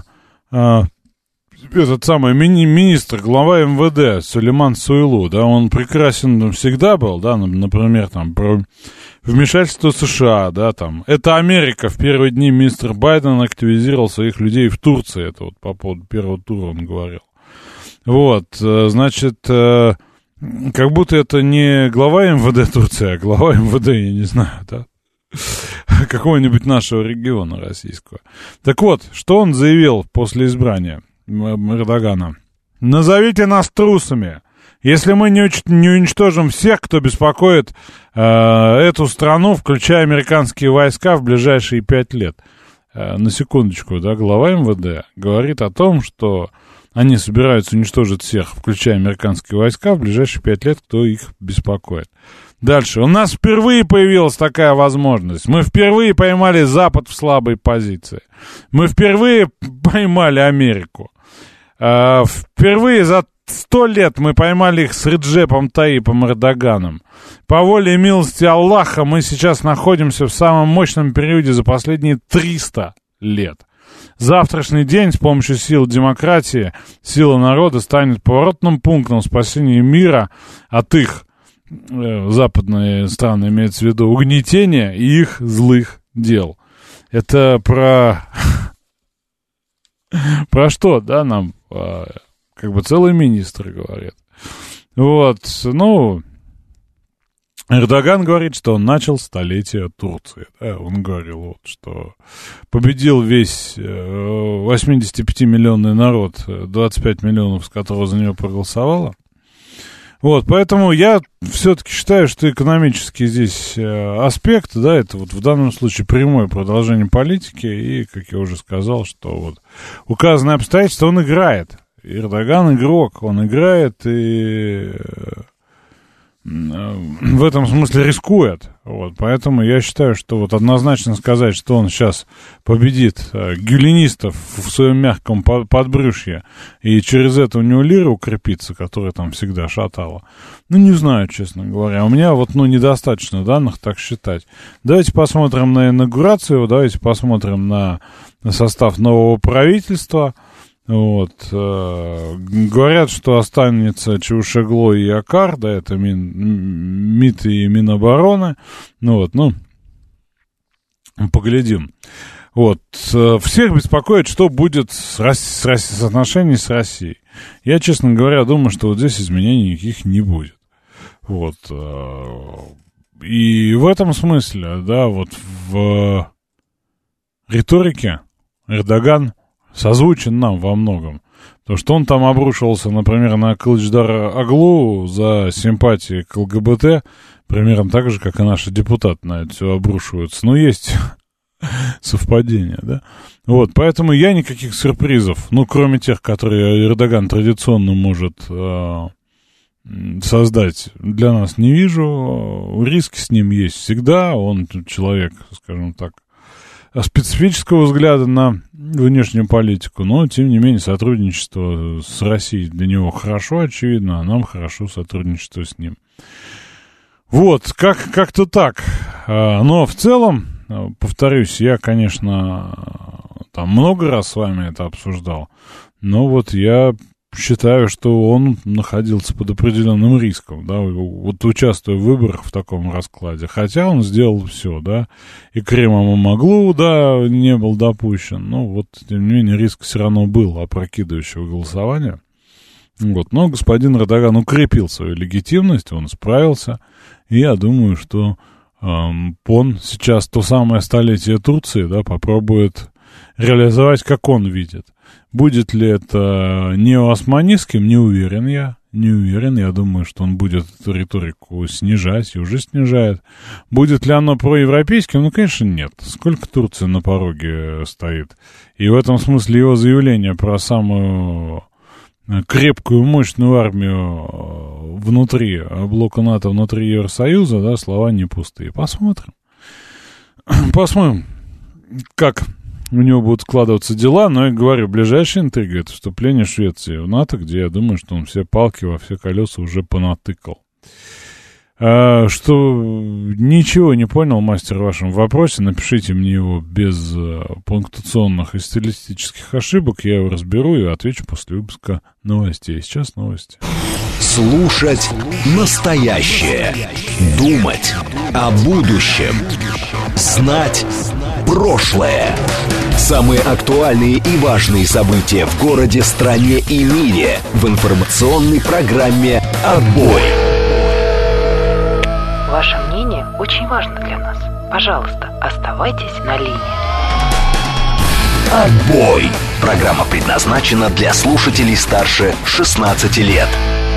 C: этот самый министр, глава МВД Сулейман Сойлу, да, он прекрасен всегда был, да, например, там, про вмешательство США, да, там, это Америка, в первые дни мистер Байден активизировал своих людей в Турции, это вот по поводу первого тура он говорил. Вот, значит, как будто это не глава МВД Турции, а глава МВД, я не знаю, да, какого-нибудь нашего региона российского. Так вот, что он заявил после избрания Эрдогана? Назовите нас трусами, если мы не уничтожим всех, кто беспокоит эту страну, включая американские войска, в ближайшие 5 лет. На секундочку, да, глава МВД говорит о том, что они собираются уничтожить всех, включая американские войска, в ближайшие 5 лет, кто их беспокоит. Дальше. У нас впервые появилась такая возможность. Мы впервые поймали Запад в слабой позиции. Мы впервые поймали Америку. Впервые за 100 лет мы поймали их с Реджепом Таyyипом Эрдоганом. По воле и милости Аллаха мы сейчас находимся в самом мощном периоде за последние 300 лет. завтрашний день с помощью сил демократии, силы народа станет поворотным пунктом спасения мира от их, западные страны имеется в виду, угнетения и их злых дел. Это про что, да, нам как бы целые министры говорят. Вот, ну, Эрдоган говорит, что он начал столетие Турции. Да, он говорил, вот, что победил весь 85-миллионный народ, 25 миллионов, с которого за него проголосовало. Вот, поэтому я все-таки считаю, что экономический здесь аспект, да, это вот в данном случае прямое продолжение политики, и, как я уже сказал, что вот указанное обстоятельство он играет. Эрдоган игрок, он играет и в этом смысле рискует. Вот, поэтому я считаю, что вот однозначно сказать, что он сейчас победит гюленистов в своем мягком подбрюшье, и через это у него лира укрепится, которая там всегда шатала. Ну, не знаю, честно говоря. У меня вот, ну, недостаточно данных так считать. Давайте посмотрим на инаугурацию, давайте посмотрим на состав нового правительства. Вот, говорят, что останется Чавушоглу и Акар, да, это МИД и Минобороны, ну вот, ну, поглядим. Вот, всех беспокоит, что будет с отношениями с Россией. Я, честно говоря, думаю, что вот здесь изменений никаких не будет. Вот, и в этом смысле, да, вот в риторике Эрдоган созвучен нам во многом. То, что он там обрушивался, например, на Кылычдара Оглу за симпатии к ЛГБТ, примерно так же, как и наши депутаты на это все обрушиваются. Но есть совпадение, да? Вот, поэтому я никаких сюрпризов, ну, кроме тех, которые Эрдоган традиционно может создать, для нас не вижу. Риски с ним есть всегда. Он человек, скажем так, специфического взгляда на внешнюю политику, но, тем не менее, сотрудничество с Россией для него хорошо, очевидно, а нам хорошо сотрудничество с ним. Вот, как-то так. Но в целом, повторюсь, я, конечно, там много раз с вами это обсуждал, но вот я считаю, что он находился под определенным риском, да, вот участвуя в выборах в таком раскладе, хотя он сделал все, да, и к Имамоглу, да, не был допущен, но вот, тем не менее, риск все равно был опрокидывающего голосования, вот, но господин Эрдоган укрепил свою легитимность, он справился, и я думаю, что он сейчас то самое столетие Турции, да, попробует реализовать, как он видит. Будет ли это неоосманистским, не уверен я. Я думаю, что он будет эту риторику снижать и уже снижает. Будет ли оно проевропейским? Ну, конечно, нет. Сколько Турции на пороге стоит? И в этом смысле его заявление про самую крепкую, мощную армию внутри блока НАТО, внутри Евросоюза, да, слова не пустые. Посмотрим, как у него будут складываться дела, но я говорю, ближайшая интрига — это вступление Швеции в НАТО, где я думаю, что он все палки во все колеса уже понатыкал. Что ничего не понял, мастер, в вашем вопросе, напишите мне его без пунктуационных и стилистических ошибок, я его разберу и отвечу после выпуска новостей. Сейчас новости.
A: Слушать настоящее. Думать о будущем. Знать прошлое. Самые актуальные и важные события в городе, стране и мире в информационной программе «Отбой».
B: Ваше мнение очень важно для нас. Пожалуйста, оставайтесь на линии.
A: «Отбой». Программа предназначена для слушателей старше 16 лет.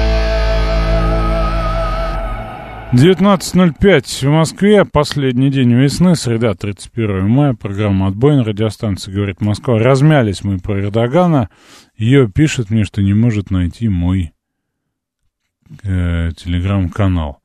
C: 19:05 в Москве, последний день весны, среда, 31 мая, программа «Отбой» на радиостанции «Говорит Москва». Размялись мы про Эрдогана, ее пишет мне, что не может найти мой телеграм-канал.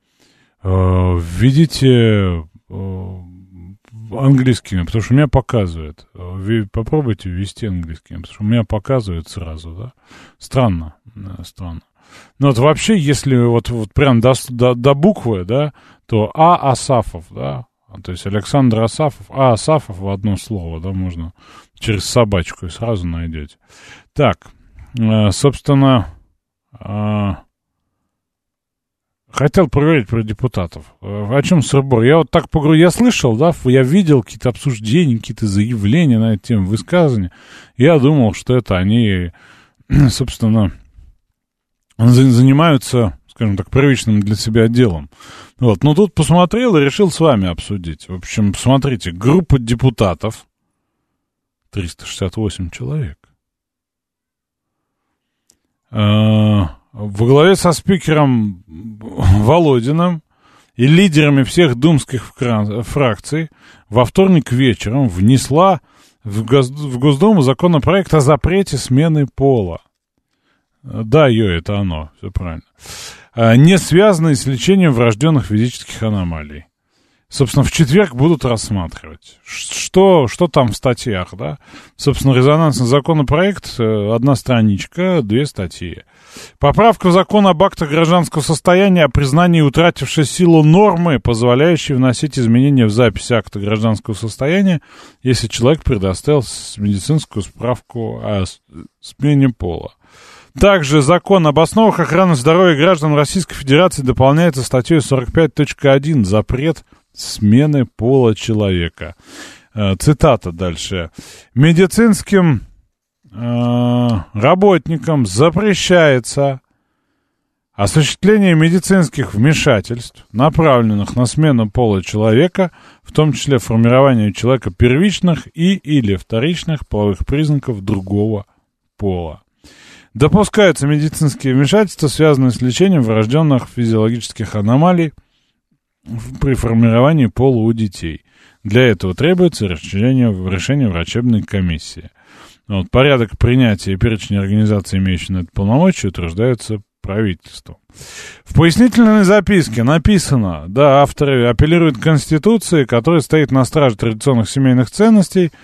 C: Введите английскими, потому что у меня показывает. Попробуйте ввести английскими, потому что у меня показывает сразу, да. Странно. Ну вот вообще, если вот прям до буквы, да, то Асафов, да, То есть Александр Асафов, Асафов в одно слово, да, можно через собачку и сразу найдете. Так, собственно, хотел проверить про депутатов. О чем сырбор? Я вот так я слышал, да, я видел какие-то обсуждения, какие-то заявления на эту тему, высказывания. Я думал, что это они, собственно, занимаются, скажем так, привычным для себя делом. Вот. Но тут посмотрел и решил с вами обсудить. В общем, посмотрите, группа депутатов, 368 человек, во главе со спикером Володиным и лидерами всех думских фракций во вторник вечером внесла в Госдуму законопроект о запрете смены пола. Да, это оно, все правильно. Не связанные с лечением врожденных физических аномалий. Собственно, в четверг будут рассматривать. Что там в статьях, да? Собственно, резонансный законопроект, 1 страничка, 2 статьи. Поправка в закон об актах гражданского состояния о признании утратившей силу нормы, позволяющей вносить изменения в запись акта гражданского состояния, если человек предоставил медицинскую справку о смене пола. Также закон об основах охраны здоровья граждан Российской Федерации дополняется статьей 45.1 «Запрет смены пола человека». Цитата дальше. «Медицинским работникам запрещается осуществление медицинских вмешательств, направленных на смену пола человека, в том числе формирование у человека первичных или вторичных половых признаков другого пола. Допускаются медицинские вмешательства, связанные с лечением врожденных физиологических аномалий при формировании пола у детей. Для этого требуется решение врачебной комиссии. Вот, порядок принятия и перечень организаций, имеющих на это полномочия, утверждаются правительством». В пояснительной записке написано, да, авторы апеллируют к Конституции, которая стоит на страже традиционных семейных ценностей,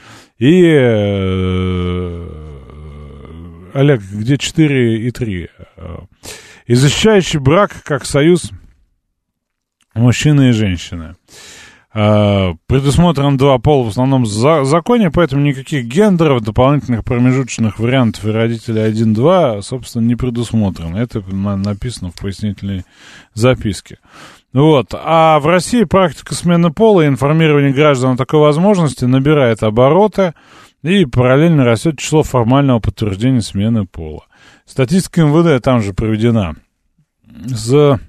C: и Олег, где 4 и 3? И защищающий брак как союз мужчины и женщины. Предусмотрено 2 пола в основном законе, поэтому никаких гендеров, дополнительных промежуточных вариантов и родителей 1-2, собственно, не предусмотрено. Это написано в пояснительной записке. Вот. А в России практика смены пола и информирование граждан о такой возможности набирает обороты, и параллельно растет число формального подтверждения смены пола. Статистика МВД там же проведена. С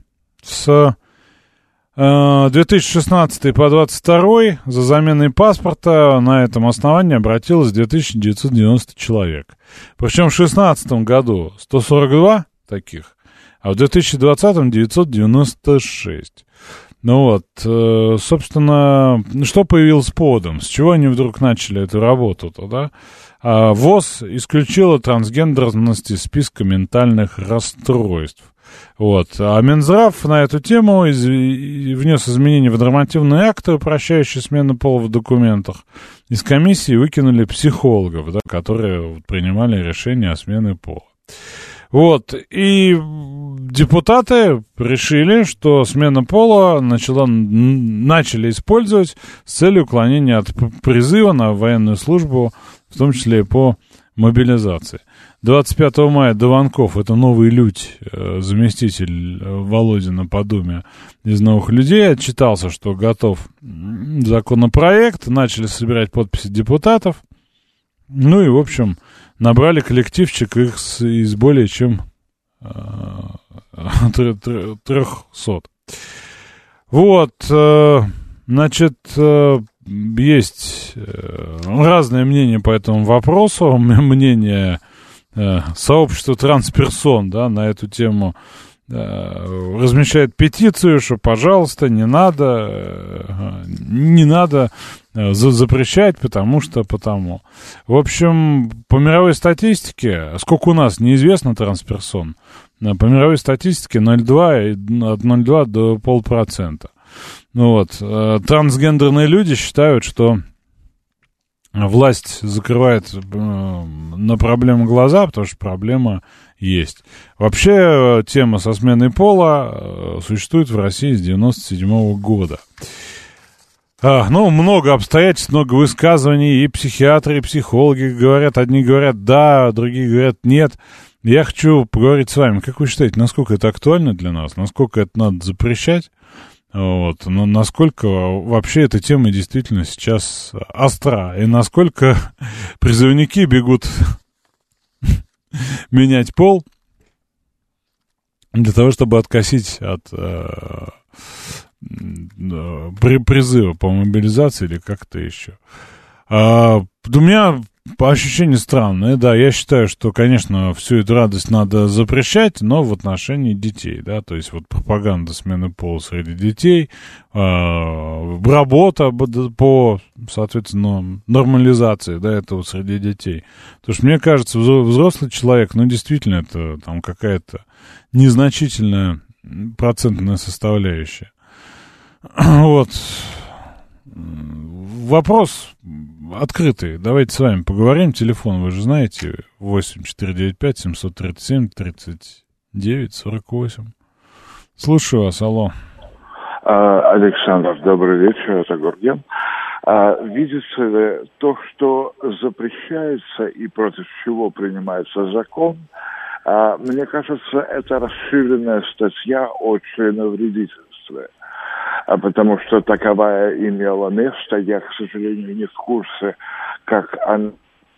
C: 2016 по 2022 за заменой паспорта на этом основании обратилось 2990 человек. Причем в 2016 году 142 таких, а в 2020 996. Ну вот, собственно, что появилось поводом? С чего они вдруг начали эту работу-то, да? ВОЗ исключила трансгендерность из списка ментальных расстройств. Вот. А Минздрав на эту тему внес изменения в нормативные акты, упрощающие смену пола в документах. Из комиссии выкинули психологов, да, которые принимали решение о смене пола. Вот, и депутаты решили, что смена пола начали использовать с целью уклонения от призыва на военную службу, в том числе и по мобилизации. 25 мая Дованков, это новый Людь, заместитель Володина по Думе из «Новых людей», отчитался, что готов законопроект, начали собирать подписи депутатов, ну и, в общем, набрали коллективчик их из более чем 300. Вот, значит, есть разные мнения по этому вопросу. Мнение сообщества трансперсон, да, на эту тему размещает петицию, что, пожалуйста, не надо запрещать, потому. В общем, по мировой статистике, сколько у нас неизвестно трансперсон, по мировой статистике 0,2, от 0,2 до 0,5%. Ну вот, трансгендерные люди считают, что власть закрывает на проблему глаза, потому что проблема есть. Вообще, тема со сменой пола существует в России с 1997 года. Много обстоятельств, много высказываний, и психиатры, и психологи говорят, одни говорят да, другие говорят нет. Я хочу поговорить с вами, как вы считаете, насколько это актуально для нас, насколько это надо запрещать, но насколько вообще эта тема действительно сейчас остра, и насколько призывники бегут менять пол для того, чтобы откосить от призыва по мобилизации или как-то еще. У меня ощущение странное, да, я считаю, что, конечно, всю эту радость надо запрещать, но в отношении детей, да, то есть вот пропаганда смены пола среди детей, работа по, соответственно, нормализации, да, этого среди детей. Потому что мне кажется, взрослый человек, действительно, это там какая-то незначительная процентная составляющая. Вот. Вопрос открытый. Давайте с вами поговорим. Телефон, вы же знаете, 8495-737-39-48. Слушаю вас, алло.
G: Александр, добрый вечер, это Гурген. Видите ли, то, что запрещается и против чего принимается закон, мне кажется, это расширенная статья о членовредительстве. Потому что таковая имела место, я, к сожалению, не в курсе, как она,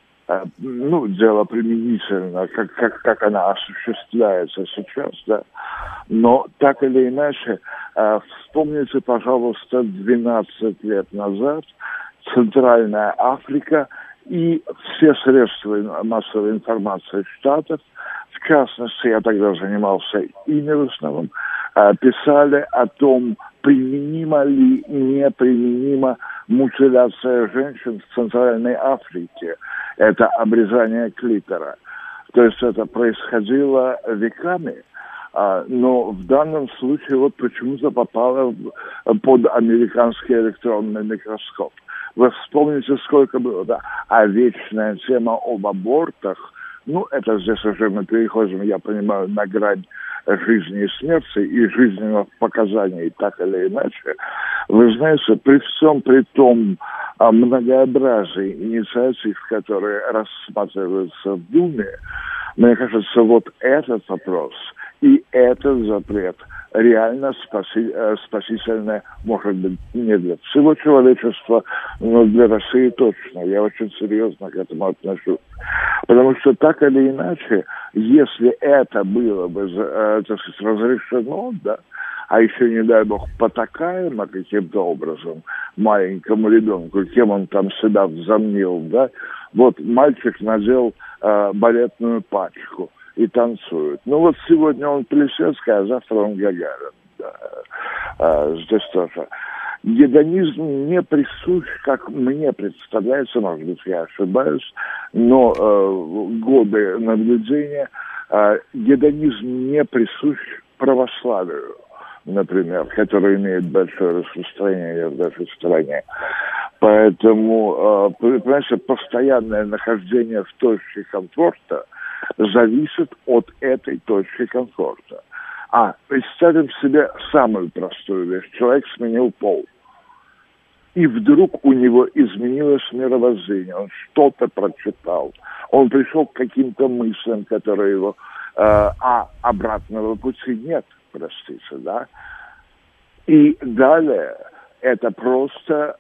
G: дело применительно, как она осуществляется сейчас, да. Но так или иначе, вспомните, пожалуйста, 12 лет назад Центральная Африка и все средства массовой информации Штатов, в частности, я тогда занимался ими в основном, писали о том, применима ли неприменима мутиляция женщин в Центральной Африке. Это обрезание клитора. То есть это происходило веками, но в данном случае вот почему-то попало под американский электронный микроскоп. Вы вспомните, сколько было, да? А вечная тема об абортах, это здесь уже мы переходим, я понимаю, на грань жизни и смерти и жизненных показаний, так или иначе. Вы знаете, при всем при том многообразии инициатив, которые рассматриваются в Думе, мне кажется, вот этот вопрос и этот запрет реально спасительное, может быть, не для всего человечества, но для России точно. Я очень серьезно к этому отношусь. Потому что так или иначе, если это было бы, разрешено, да, а еще, не дай бог, потакаемо каким-то образом маленькому ребенку, кем он там себя взомнил, да, вот мальчик надел балетную пачку и танцует. Сегодня он Плесецкий, а завтра он Гагарин. Да. Здесь тоже. Гедонизм не присущ, как мне представляется, может быть, я ошибаюсь, но годы наблюдения, гедонизм не присущ православию, например, которое имеет большое распространение в нашей стране. Поэтому, понимаете, постоянное нахождение в точке комфорта зависит от этой точки комфорта. Представим себе самую простую вещь. Человек сменил пол. И вдруг у него изменилось мировоззрение. Он что-то прочитал. Он пришел к каким-то мыслям, которые его... обратного пути нет, простите, да? И далее это просто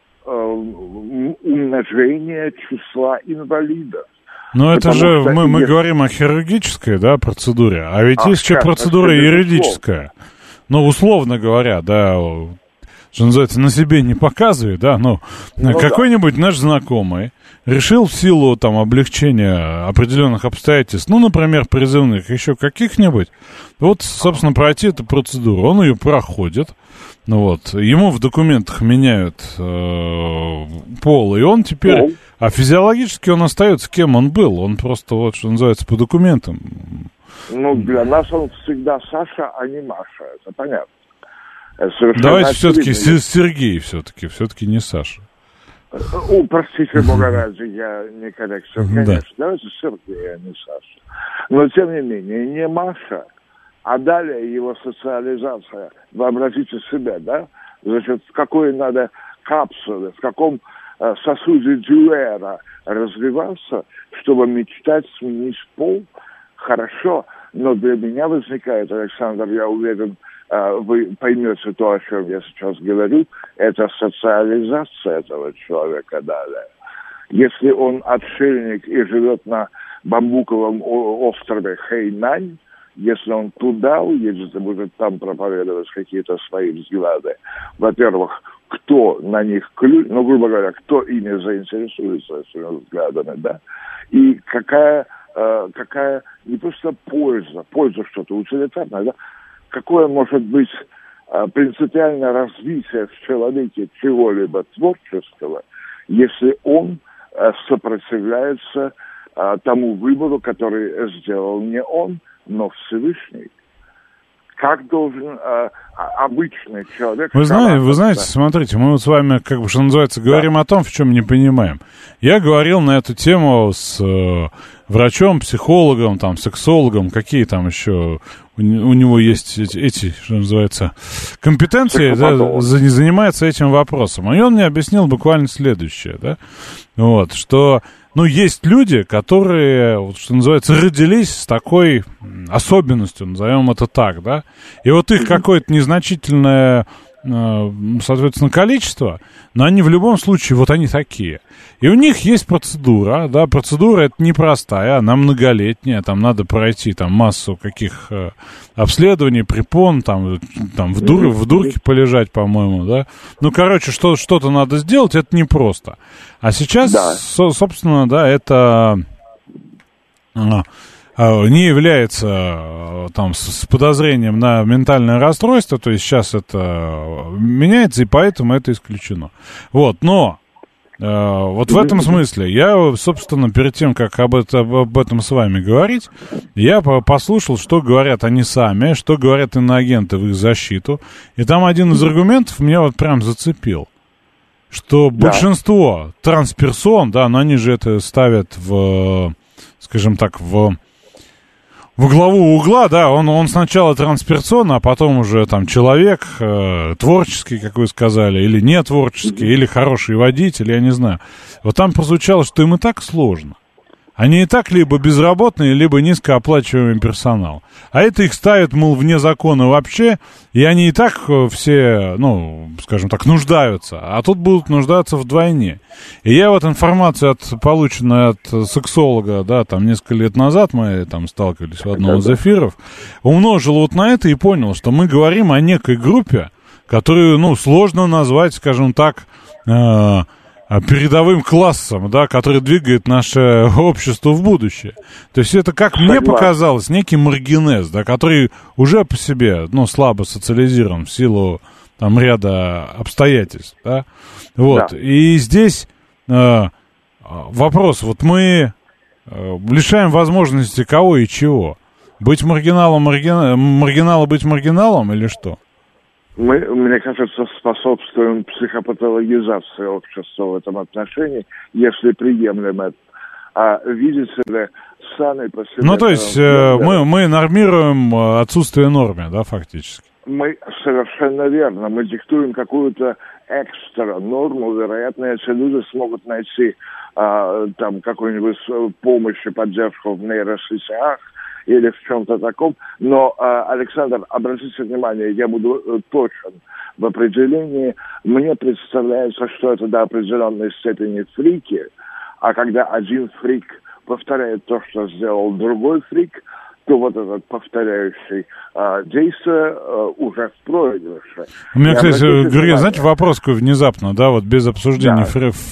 G: умножение числа инвалидов.
C: Но это же мы говорим о хирургической, да, процедуре, а ведь есть еще процедура юридическая. Условно говоря, да, что называется, на себе не показывай, да, какой-нибудь наш знакомый решил в силу там облегчения определенных обстоятельств, например, призывных, еще каких-нибудь, собственно, пройти эту процедуру. Он ее проходит, ему в документах меняют пол, и он теперь, а физиологически он остается кем он был, он просто, что называется, по документам.
G: Для нас он всегда Саша, а не Маша, это понятно.
C: Давайте все-таки Сергей, все-таки не Саша.
G: Простите, бога ради, я не корректор, конечно. Да. Давайте Сергей, а не Саша. Но, тем не менее, не Маша, а далее его социализация. Вообразите себя, да? Значит, какое надо капсуле, в каком сосуде Дюэра развиваться, чтобы мечтать сменить пол, хорошо, но для меня возникает, Александр, я уверен, вы поймете то, о чем я сейчас говорю, это социализация этого человека далее. Если он отшельник и живет на бамбуковом острове Хэйнань, если он туда уедет и будет там проповедовать какие-то свои взгляды, во-первых, кто на них грубо говоря, кто ими заинтересуется этими взглядами, да, и какая не просто польза что-то утилитарное, да, какое может быть принципиальное развитие в человеке чего-либо творческого, если он сопротивляется тому выбору, который сделал не он, но Всевышний. Как должен обычный человек...
C: Вы знаете, смотрите, мы вот с вами, как бы, что называется, говорим о том, в чем не понимаем. Я говорил на эту тему с врачом, психологом, там, сексологом, какие там еще у него есть эти, что называется, компетенции, да, занимается этим вопросом. И он мне объяснил буквально следующее, да, вот, что... Ну, есть люди, которые, вот, что называется, родились с такой особенностью, назовем это так, да, и вот их какое-то незначительное, соответственно, количество, но они в любом случае, вот они такие. И у них есть процедура, да, процедура это непростая, она многолетняя, там надо пройти там массу каких обследований, препон, там в дурке полежать, по-моему, да. Ну, короче, что-то надо сделать, это непросто. А сейчас, собственно, да, это не является там с подозрением на ментальное расстройство, то есть сейчас это меняется, и поэтому это исключено. Вот, но вот в этом смысле я, собственно, перед тем, как об этом с вами говорить, я послушал, что говорят они сами, что говорят иноагенты в их защиту, и там один из аргументов меня вот прям зацепил, что большинство трансперсон, да, но они же это ставят в, скажем так, в главу угла, да, он сначала трансперсон, а потом уже там человек творческий, как вы сказали, или не творческий, или хороший водитель, я не знаю. Вот там прозвучало, что им и так сложно. Они и так либо безработные, либо низкооплачиваемый персонал. А это их ставит, мол, вне закона вообще, и они и так все, ну, скажем так, нуждаются, а тут будут нуждаться вдвойне. И я вот информацию, полученную от сексолога, да, там несколько лет назад мы там сталкивались в одном из эфиров, умножил вот на это и понял, что мы говорим о некой группе, которую, ну, сложно назвать, скажем так, передовым классом, да, который двигает наше общество в будущее. То есть это, как мне показалось, некий маргинез, да, который уже по себе, ну, слабо социализирован в силу там ряда обстоятельств, да. Вот. Да. И здесь вопрос, вот мы лишаем возможности кого и чего? Быть маргиналом быть маргиналом или что?
G: Мы, мне кажется, способствуем психопатологизации общества в этом отношении, если приемлем это. А видите ли, сами по себе...
C: Ну, то есть мы нормируем отсутствие нормы, да, фактически?
G: Мы совершенно верно. Мы диктуем какую-то экстра норму. Вероятно, эти люди смогут найти там какую-нибудь помощь и поддержку в нейросетях, или в чем-то таком. Но, Александр, обратите внимание, я буду точен в определении. Мне представляется, что это до определенной степени фрики, а когда один фрик повторяет то, что сделал другой фрик, то вот этот повторяющий действие уже в проигрыше.
C: У меня, кстати, Григорий, знаете, вопрос такой внезапно, да, вот без обсуждения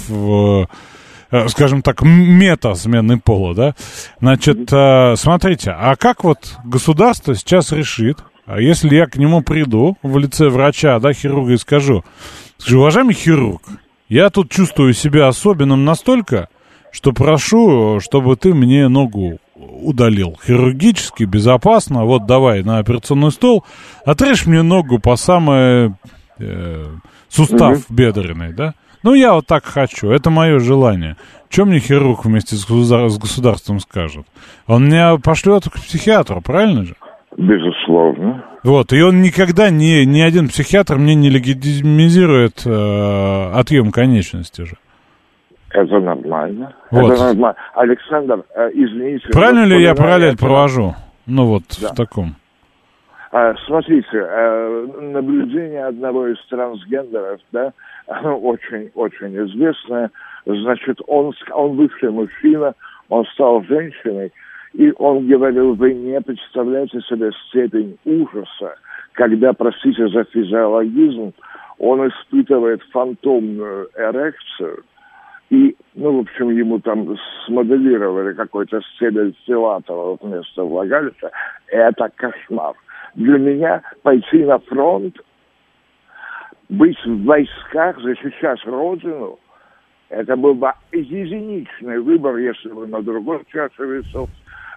C: скажем так, мета-смены пола, да? Значит, смотрите, а как вот государство сейчас решит, если я к нему приду в лице врача, да, хирурга, и скажу, уважаемый хирург, я тут чувствую себя особенным настолько, что прошу, чтобы ты мне ногу удалил хирургически, безопасно, вот давай на операционный стол, отрежь мне ногу по самой сустав бедренный, да? Ну, я вот так хочу, это мое желание. Что мне хирург вместе с государством скажет? Он меня пошлет к психиатру, правильно же?
G: Безусловно.
C: Вот, и он никогда, ни один психиатр мне не легитимизирует отъем конечности же.
G: Это нормально.
C: Вот.
G: Это нормально. Александр, извините.
C: Правильно ли я параллель провожу? Ну вот,
G: да.
C: В таком.
G: Смотрите, наблюдение одного из трансгендеров, да, очень-очень известное. Значит, он бывший мужчина, он стал женщиной, и он говорил: вы не представляете себе степень ужаса, когда, простите за физиологизм, он испытывает фантомную эрекцию, и, в общем, ему там смоделировали какой-то стебель филатова вместо влагалища. Это кошмар. Для меня пойти на фронт, быть в войсках, защищать Родину, это был бы единичный выбор, если бы на другой чаше весов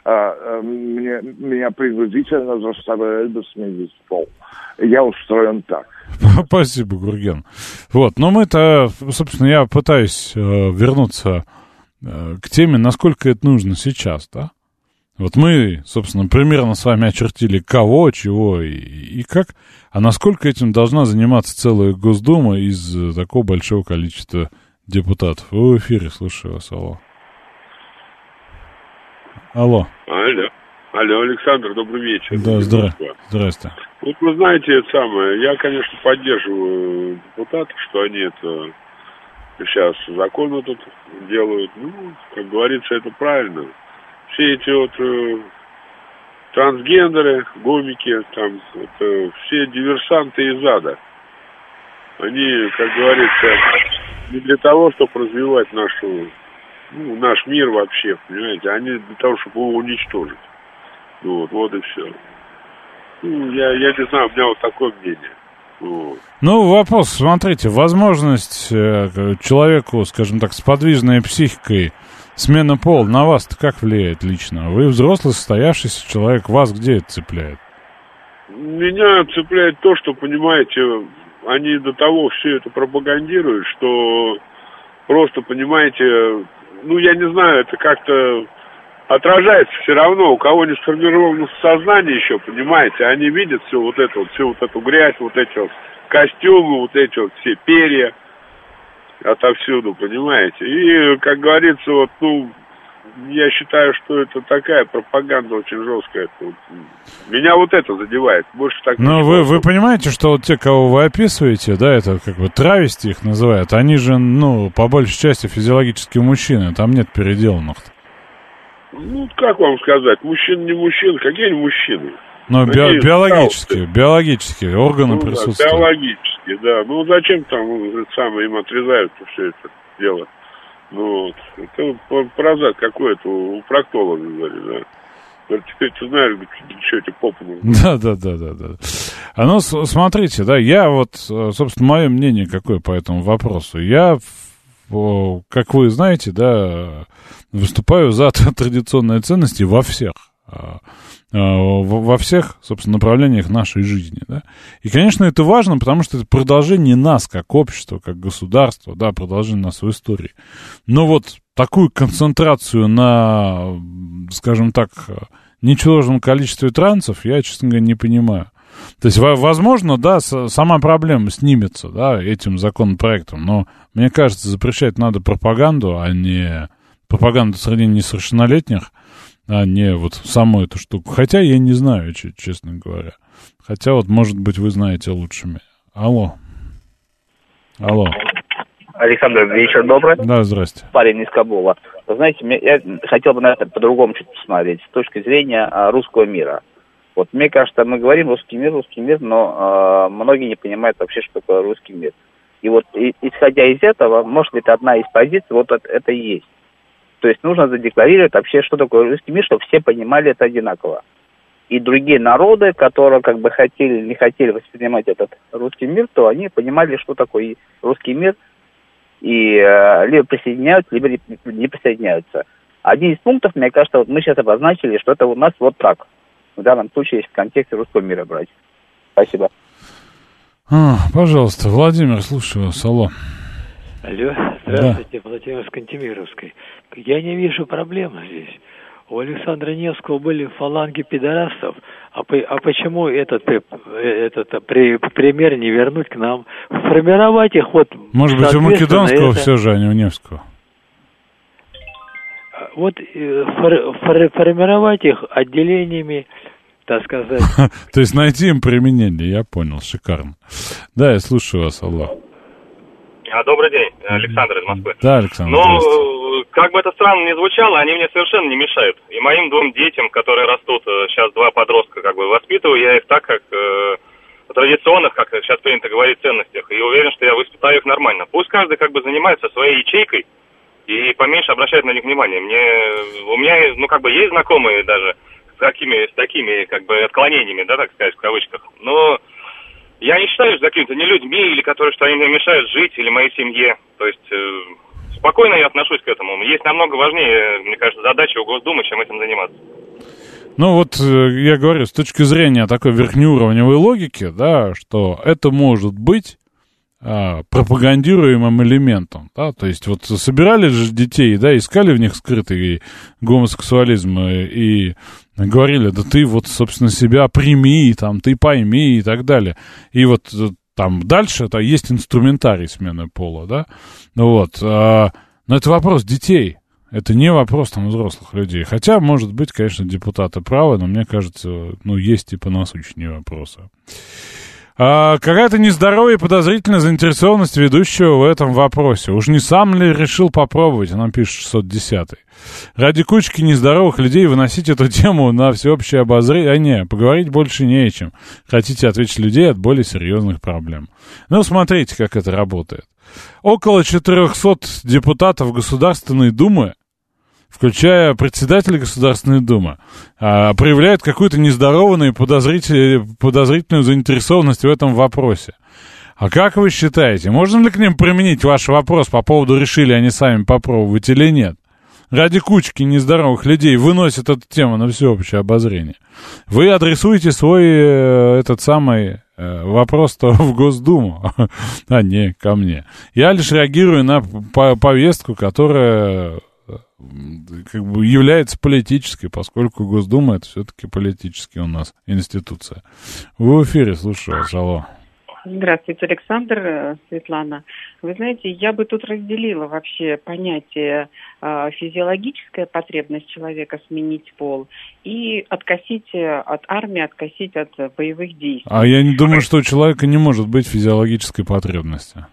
G: меня принудительно заставляли бы сменить пол. Я устроен так.
C: Спасибо, Гурген. Вот, но мы-то, собственно, я пытаюсь вернуться к теме, насколько это нужно сейчас, да? Вот мы, собственно, примерно с вами очертили кого, чего и как, а насколько этим должна заниматься целая Госдума из такого большого количества депутатов. Вы в эфире, слушаю вас, алло. Алло.
H: Алло, Александр, добрый вечер.
C: Да, здрасте.
H: Вот вы знаете, это самое, я, конечно, поддерживаю депутатов, что они это сейчас закон этот делают. Как говорится, это правильно. Все эти вот трансгендеры, гомики, там, это все диверсанты из ада. Они, как говорится, не для того, чтобы развивать наш мир вообще, понимаете, они для того, чтобы его уничтожить. Вот и все. Я не знаю, у меня вот такое мнение. Вот.
C: Вопрос, смотрите, возможность человеку, скажем так, с подвижной психикой смена пола на вас-то как влияет лично? Вы взрослый, состоявшийся человек, вас где это цепляет?
H: Меня цепляет то, что, понимаете, они до того все это пропагандируют, что просто, понимаете, я не знаю, это как-то отражается все равно, у кого не сформировано сознание еще, понимаете, они видят всю вот эту грязь, вот эти вот костюмы, вот эти вот все перья отовсюду, понимаете. И, как говорится, я считаю, что это такая пропаганда очень жесткая. Меня вот это задевает. Больше так.
C: Но вы понимаете, что вот те, кого вы описываете, да, это как бы травести их называют, они же, по большей части физиологические мужчины, там нет переделанных-то.
H: Как вам сказать, мужчины не мужчины, какие они мужчины?
C: Но биологические органы присутствуют.
H: Да, биологические, да. Зачем там им отрезают все это дело? Это паразит какой-то у проктолога, говорит, да. Теперь ты знаешь, что эти попы нужны.
C: Да. Смотрите, да, я собственно, мое мнение какое по этому вопросу. Я, как вы знаете, да, выступаю за традиционные ценности во всех, собственно, направлениях нашей жизни, да. И, конечно, это важно, потому что это продолжение нас, как общества, как государства, да, продолжение нас в истории. Но такую концентрацию на, скажем так, ничтожном количестве трансов я, честно говоря, не понимаю. То есть, возможно, да, сама проблема снимется, да, этим законопроектом, но, мне кажется, запрещать надо пропаганду, а не пропаганду среди несовершеннолетних, а не саму эту штуку. Хотя я не знаю, честно говоря. Хотя может быть, вы знаете лучше меня. Алло.
I: Александр, вечер добрый.
C: Да, здрасте.
I: Парень из Кабула. Вы знаете, я хотел бы на это по-другому чуть посмотреть, с точки зрения русского мира. Мне кажется, мы говорим русский мир, но многие не понимают вообще, что такое русский мир. И исходя из этого, может, это одна из позиций, это и есть. То есть нужно задекларировать вообще, что такое русский мир, чтобы все понимали это одинаково. И другие народы, которые хотели или не хотели воспринимать этот русский мир, то они понимали, что такое русский мир, и либо присоединяются, либо не присоединяются. Один из пунктов, мне кажется, мы сейчас обозначили, что это у нас так. В данном случае, если в контексте русского мира брать. Спасибо.
C: Пожалуйста, Владимир, слушаю вас. Алло.
J: Алло, здравствуйте, да. Владимир с Кантемировской. Я не вижу проблемы здесь. у Александра Невского были фаланги пидорасов, а почему этот пример не вернуть к нам? Формировать их вот...
C: Может быть, у Македонского все же, а не у Невского?
J: Вот формировать их отделениями, так сказать.
C: То есть найти им применение, я понял, шикарно. Да, я слушаю вас, алло.
K: Добрый день, Александр из Москвы.
C: Да, Александр,
K: как бы это странно ни звучало, они мне совершенно не мешают. И моим двум детям, которые растут, сейчас 2 подростка, как бы воспитываю я их так, как традиционных, как сейчас принято говорить, ценностях. И уверен, что я воспитаю их нормально. Пусть каждый как бы занимается своей ячейкой и поменьше обращает на них внимание. У меня, есть знакомые даже с такими, как бы, отклонениями, да, так сказать, в кавычках. Но я не считаю какими-то не людьми, или которые, что они мне мешают жить, или моей семье. То есть спокойно я отношусь к этому. Есть намного важнее, мне кажется, задачи у Госдумы, чем этим заниматься.
C: Ну вот, я говорю, с точки зрения такой верхнеуровневой логики, да, что это может быть пропагандируемым элементом, да, то есть вот собирали же детей, да, искали в них скрытый гомосексуализм и говорили, да ты вот, собственно, себя прими, там, ты пойми и так далее. И вот там дальше это есть инструментарий смены пола, да, вот, но это вопрос детей, это не вопрос там взрослых людей, хотя, может быть, конечно, депутаты правы, но мне кажется, есть и понасущнее вопросы. Какая-то нездоровая и подозрительная заинтересованность ведущего в этом вопросе. Уж не сам ли решил попробовать, она пишет 610-й. Ради кучки нездоровых людей выносить эту тему на всеобщее обозрение, поговорить больше не о чем. Хотите отвлечь людей от более серьезных проблем. Смотрите, как это работает. Около 400 депутатов Государственной Думы, включая председателя Государственной Думы, проявляют какую-то нездоровую и подозрительную заинтересованность в этом вопросе. А как вы считаете, можно ли к ним применить ваш вопрос по поводу, решили они сами попробовать или нет? Ради кучки нездоровых людей выносят эту тему на всеобщее обозрение. Вы адресуете свой вопрос-то в Госдуму, а не ко мне. Я лишь реагирую на повестку, которая как бы является политической, поскольку Госдума — это все-таки политическая у нас институция. Вы в эфире, слушаю вас, алло.
L: Здравствуйте, Александр, Светлана. Вы знаете, я бы тут разделила вообще понятие физиологическая потребность человека сменить пол и откосить от армии, откосить от боевых действий.
C: А я не думаю, что у человека не может быть физиологической потребности.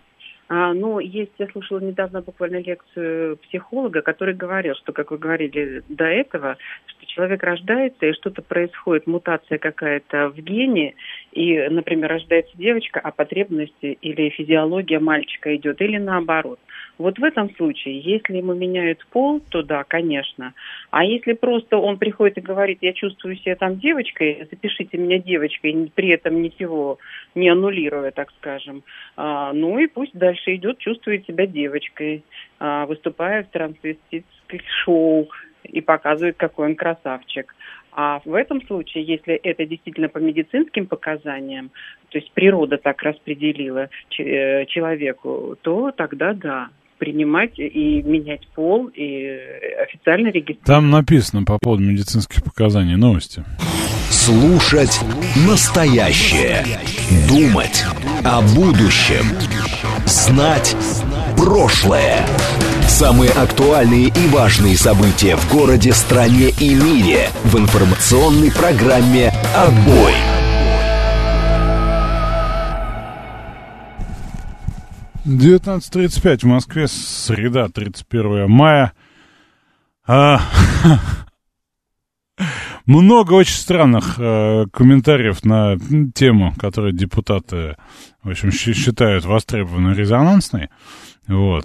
L: Я слушала недавно буквально лекцию психолога, который говорил, что, как вы говорили до этого, что человек рождается, и что-то происходит, мутация какая-то в гене, и, например, рождается девочка, а потребности или физиология мальчика идет, или наоборот. Вот в этом случае, если ему меняют пол, то да, конечно. А если просто он приходит и говорит, я чувствую себя там девочкой, запишите меня девочкой, при этом ничего не аннулируя, так скажем, и пусть дальше идет, чувствует себя девочкой, выступая в трансвеститских шоу и показывает, какой он красавчик. А в этом случае, если это действительно по медицинским показаниям, то есть природа так распределила человеку, то тогда да, принимать и менять пол, и официально регистрировать.
C: Там написано по поводу медицинских показаний новости.
A: Слушать настоящее. Думать о будущем. Знать прошлое. Самые актуальные и важные события в городе, стране и мире в информационной программе «Отбой».
C: — 19:35 в Москве, среда, 31 мая. Много очень странных комментариев на тему, которую депутаты, в общем, считают востребованной, резонансной. Вот.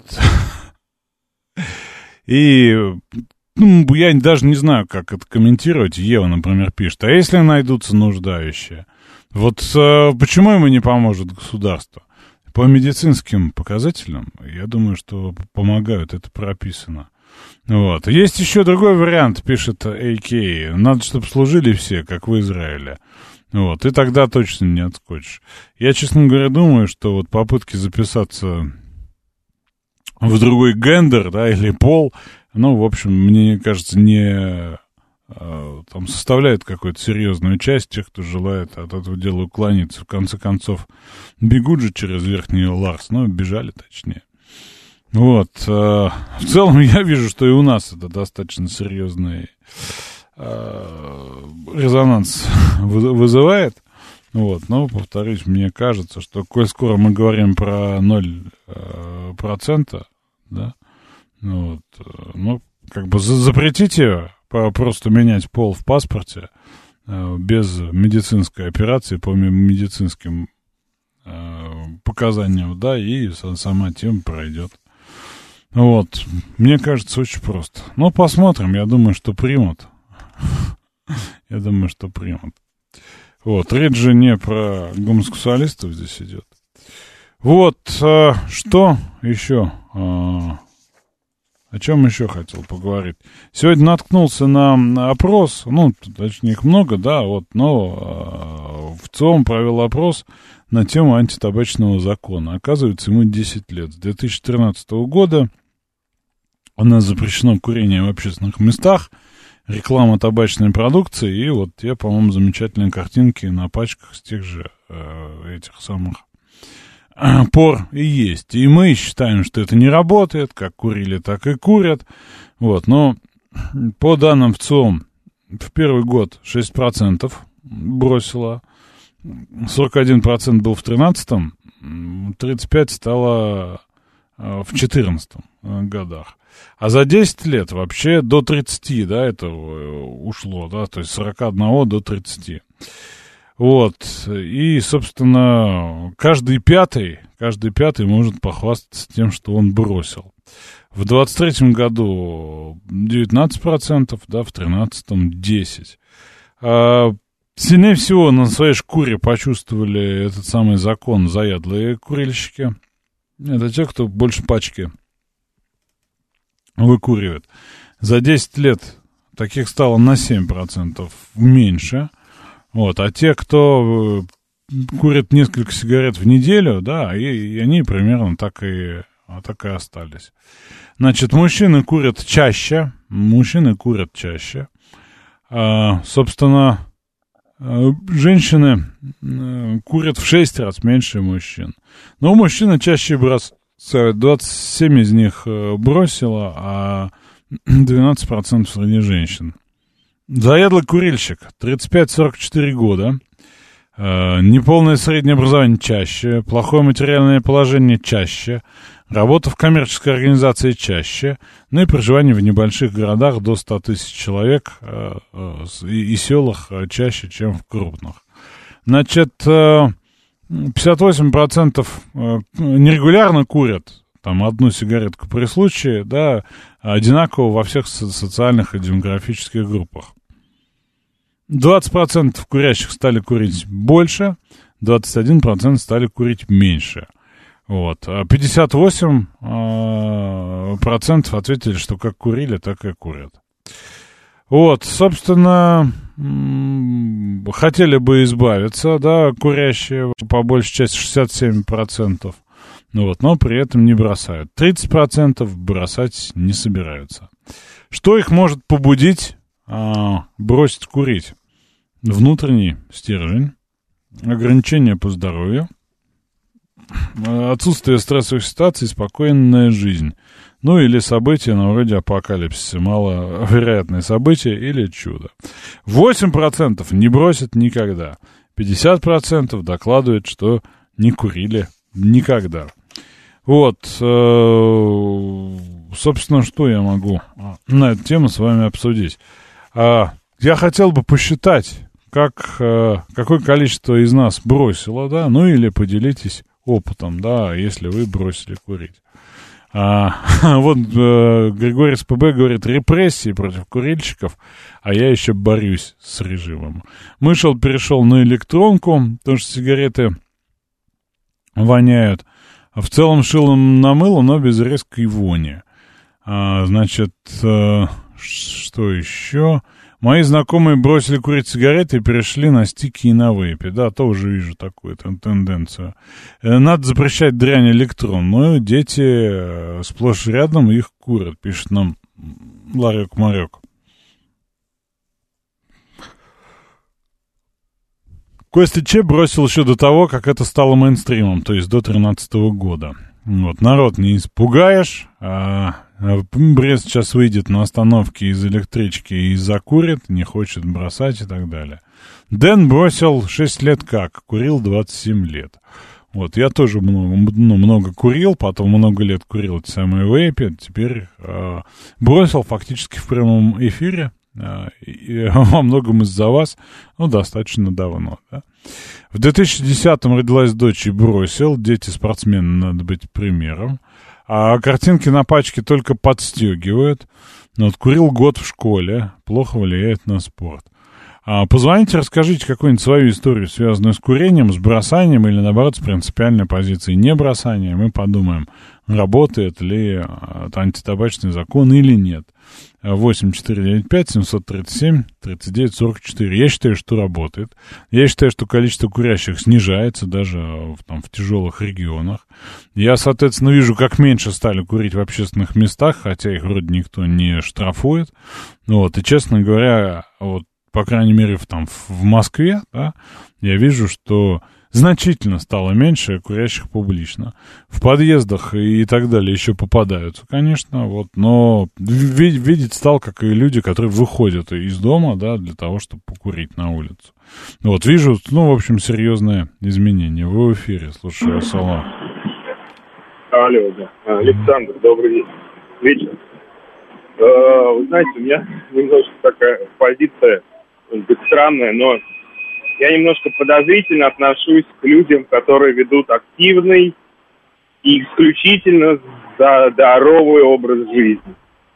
C: И я даже не знаю, как это комментировать. Ева, например, пишет: а если найдутся нуждающие? Вот почему ему не поможет государство? По медицинским показателям, я думаю, что помогают, это прописано. Вот. Есть еще другой вариант, пишет AK. Надо, чтобы служили все, как в Израиле. Вот. И тогда точно не отскочишь. Я, честно говоря, думаю, что вот попытки записаться в другой гендер, да, или пол, в общем, мне кажется, не там составляет какую-то серьезную часть тех, кто желает от этого дела уклониться. В конце концов, бегут же через Верхний Ларс, ну, бежали точнее. Вот. В целом я вижу, что и у нас это достаточно серьезный резонанс вызывает. Вот. Но, повторюсь, мне кажется, что, коль скоро мы говорим про 0%, да, вот, ну, как бы запретите просто менять пол в паспорте без медицинской операции по медицинским показаниям, да, и сама тема пройдет. Вот, мне кажется, очень просто. Но посмотрим, я думаю, что примут. Я думаю, что примут. Вот, речь же не про гомосексуалистов здесь идет. Вот, что еще? О чем еще хотел поговорить? Сегодня наткнулся на опрос, ну, точнее, их много, да, вот, но в целом провел опрос на тему антитабачного закона. Оказывается, ему 10 лет. С 2013 года у нас запрещено курение в общественных местах, реклама табачной продукции, и вот те, по-моему, замечательные картинки на пачках с тех же этих самых пор и есть. И мы считаем, что это не работает, как курили, так и курят. Вот, но по данным ВЦИОМ, в первый год 6% бросило, 41% был в 13-м, 35% стало в 14-м годах. А за 10 лет вообще до 30, да, это ушло, да, то есть с 41 до 30. Вот, и, собственно, каждый пятый может похвастаться тем, что он бросил. В 23-м году 19%, да, в 13-м 10%. Сильнее всего на своей шкуре почувствовали этот самый закон заядлые курильщики. Это те, кто больше пачки выкуривает. За 10 лет таких стало на 7% меньше. Вот, а те, кто курит несколько сигарет в неделю, да, и они примерно так и остались. Значит, мужчины курят чаще. Собственно, женщины курят в 6 раз меньше мужчин. Но мужчины чаще бросают. 27 из них бросило, а 12% среди женщин. Заядлый курильщик, 35-44 года, неполное среднее образование чаще, плохое материальное положение чаще, работа в коммерческой организации чаще, ну и проживание в небольших городах до 100 тысяч человек и селах чаще, чем в крупных. Значит, 58% нерегулярно курят, там, одну сигаретку при случае, да, одинаково во всех социальных и демографических группах. 20% курящих стали курить больше, 21% стали курить меньше. Вот. А 58% ответили, что как курили, так и курят. Вот, собственно, хотели бы избавиться, да, курящие, по большей части 67%. Ну вот, но при этом не бросают. 30% бросать не собираются. Что их может побудить бросить курить? Внутренний стержень, ограничения по здоровью, отсутствие стрессовых ситуаций, спокойная жизнь. Ну или события на вроде апокалипсиса, маловероятные события или чудо. 8% не бросят никогда. 50% докладывают, что не курили никогда. Вот, собственно, что я могу на эту тему с вами обсудить. Я хотел бы посчитать, какое количество из нас бросило, да, ну или поделитесь опытом, да, если вы бросили курить. Вот Григорий СПБ говорит, репрессии против курильщиков, а я еще борюсь с режимом. Мышел перешел на электронку, потому что сигареты воняют. В целом шилом на мыло, но без резкой вони. Значит, что еще? Мои знакомые бросили курить сигареты и перешли на стики и на вейпе. Да, тоже вижу такую тенденцию. Надо запрещать дрянь электронную. Дети сплошь рядом их курят, пишет нам Ларек-Марек. Костя Че бросил еще до того, как это стало мейнстримом, то есть до 2013 года. Вот, народ не испугаешь, Брест сейчас выйдет на остановке из электрички и закурит, не хочет бросать и так далее. Дэн бросил 6 лет как, курил 27 лет. Вот, я тоже много курил, потом много лет курил эти самые вейпы, теперь бросил фактически в прямом эфире, и во многом из-за вас, достаточно давно, да. В 2010-м родилась дочь и бросил, дети спортсмены, надо быть примером, а картинки на пачке только подстегивают. Вот, курил год в школе, плохо влияет на спорт. Позвоните, расскажите какую-нибудь свою историю, связанную с курением, с бросанием или, наоборот, с принципиальной позицией не бросания. Мы подумаем, работает ли антитабачный закон или нет. 8-495-737-39-44. Я считаю, что работает. Я считаю, что количество курящих снижается даже в тяжелых регионах. Я, соответственно, вижу, как меньше стали курить в общественных местах, хотя их вроде никто не штрафует. Вот, и, честно говоря, вот, по крайней мере, в Москве, да, я вижу, что значительно стало меньше курящих публично. В подъездах и так далее еще попадаются, конечно, вот, но видеть стал, как и люди, которые выходят из дома, да, для того, чтобы покурить на улицу. Вот, вижу, в общем, серьезное изменение. Вы в эфире, слушаю, салам.
M: Алло, да. Александр, добрый день. Вечер. Вы знаете, у меня немножко такая позиция, может быть, странная, но я немножко подозрительно отношусь к людям, которые ведут активный и исключительно здоровый образ жизни.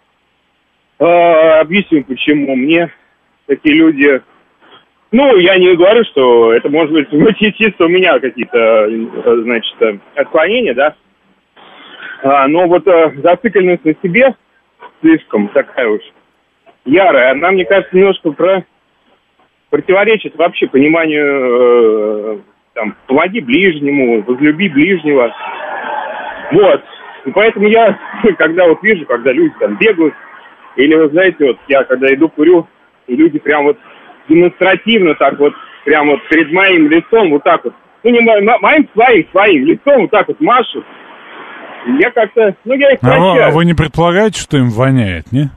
M: Объясню, почему. Мне такие люди... я не говорю, что это может быть чисто у меня какие-то, отклонения, да? Но вот зацикленность на себе слишком такая уж ярая, она, мне кажется, немножко противоречит вообще пониманию, помоги ближнему, возлюби ближнего. Вот. И поэтому я, когда вот вижу, когда люди бегают, или, вы знаете, вот я когда иду курю, и люди прям вот демонстративно так вот, прям вот перед моим лицом вот так вот, не моим, своим лицом вот так вот машут, я как-то, я их прощаю.
C: А вы не предполагаете, что им воняет, не?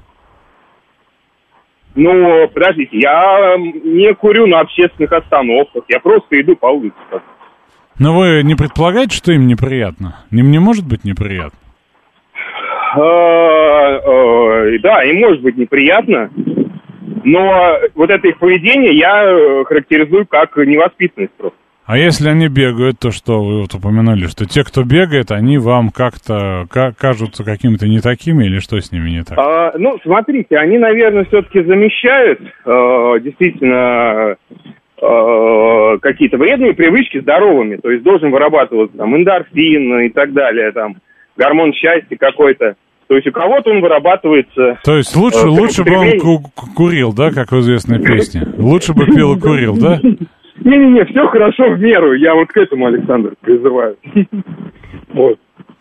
M: Подождите, я не курю на общественных остановках, я просто иду по улице.
C: Но вы не предполагаете, что им неприятно? Им не может быть неприятно?
M: Да, им может быть неприятно, но вот это их поведение я характеризую как невоспитанность просто.
C: А если они бегают, то что вы вот упоминали, что те, кто бегает, они вам как-то кажутся какими-то не такими, или что с ними не так?
M: Смотрите, они, наверное, все-таки замещают действительно какие-то вредные привычки здоровыми, то есть должен вырабатываться эндорфин и так далее, гормон счастья какой-то. То есть у кого-то он вырабатывается...
C: То есть лучше бы он курил, да, как в известной песне? Лучше бы пил и курил, да?
M: Не-не-не, все хорошо в меру. Я вот к этому, Александр, призываю. Вот.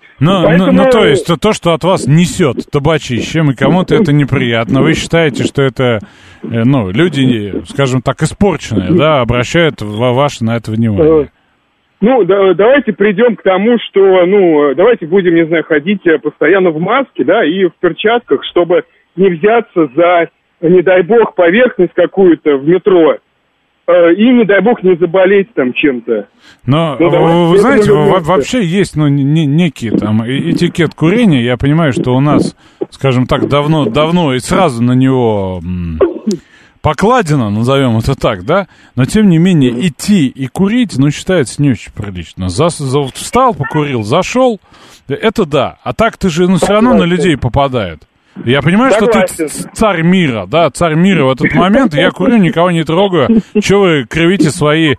C: То есть то, что от вас несет табачищем, и кому-то это неприятно, вы считаете, что это, люди, скажем так, испорченные, да, обращают ваше на это внимание?
M: Давайте придем к тому, что, давайте будем, не знаю, ходить постоянно в маске, да, и в перчатках, чтобы не взяться за, не дай бог, поверхность какую-то в метро. И, не дай бог, не заболеть чем-то.
C: Но, вы знаете, вообще есть, некий этикет курения. Я понимаю, что у нас, скажем так, давно и сразу на него покладено, назовем это так, да? Но, тем не менее, идти и курить, считается не очень прилично. Встал, покурил, зашел, это да. А так ты же, все равно на людей попадает. Я понимаю, Согласен. Что ты царь мира, да, царь мира в этот момент, я курю, никого не трогаю. Чего вы кривите свои...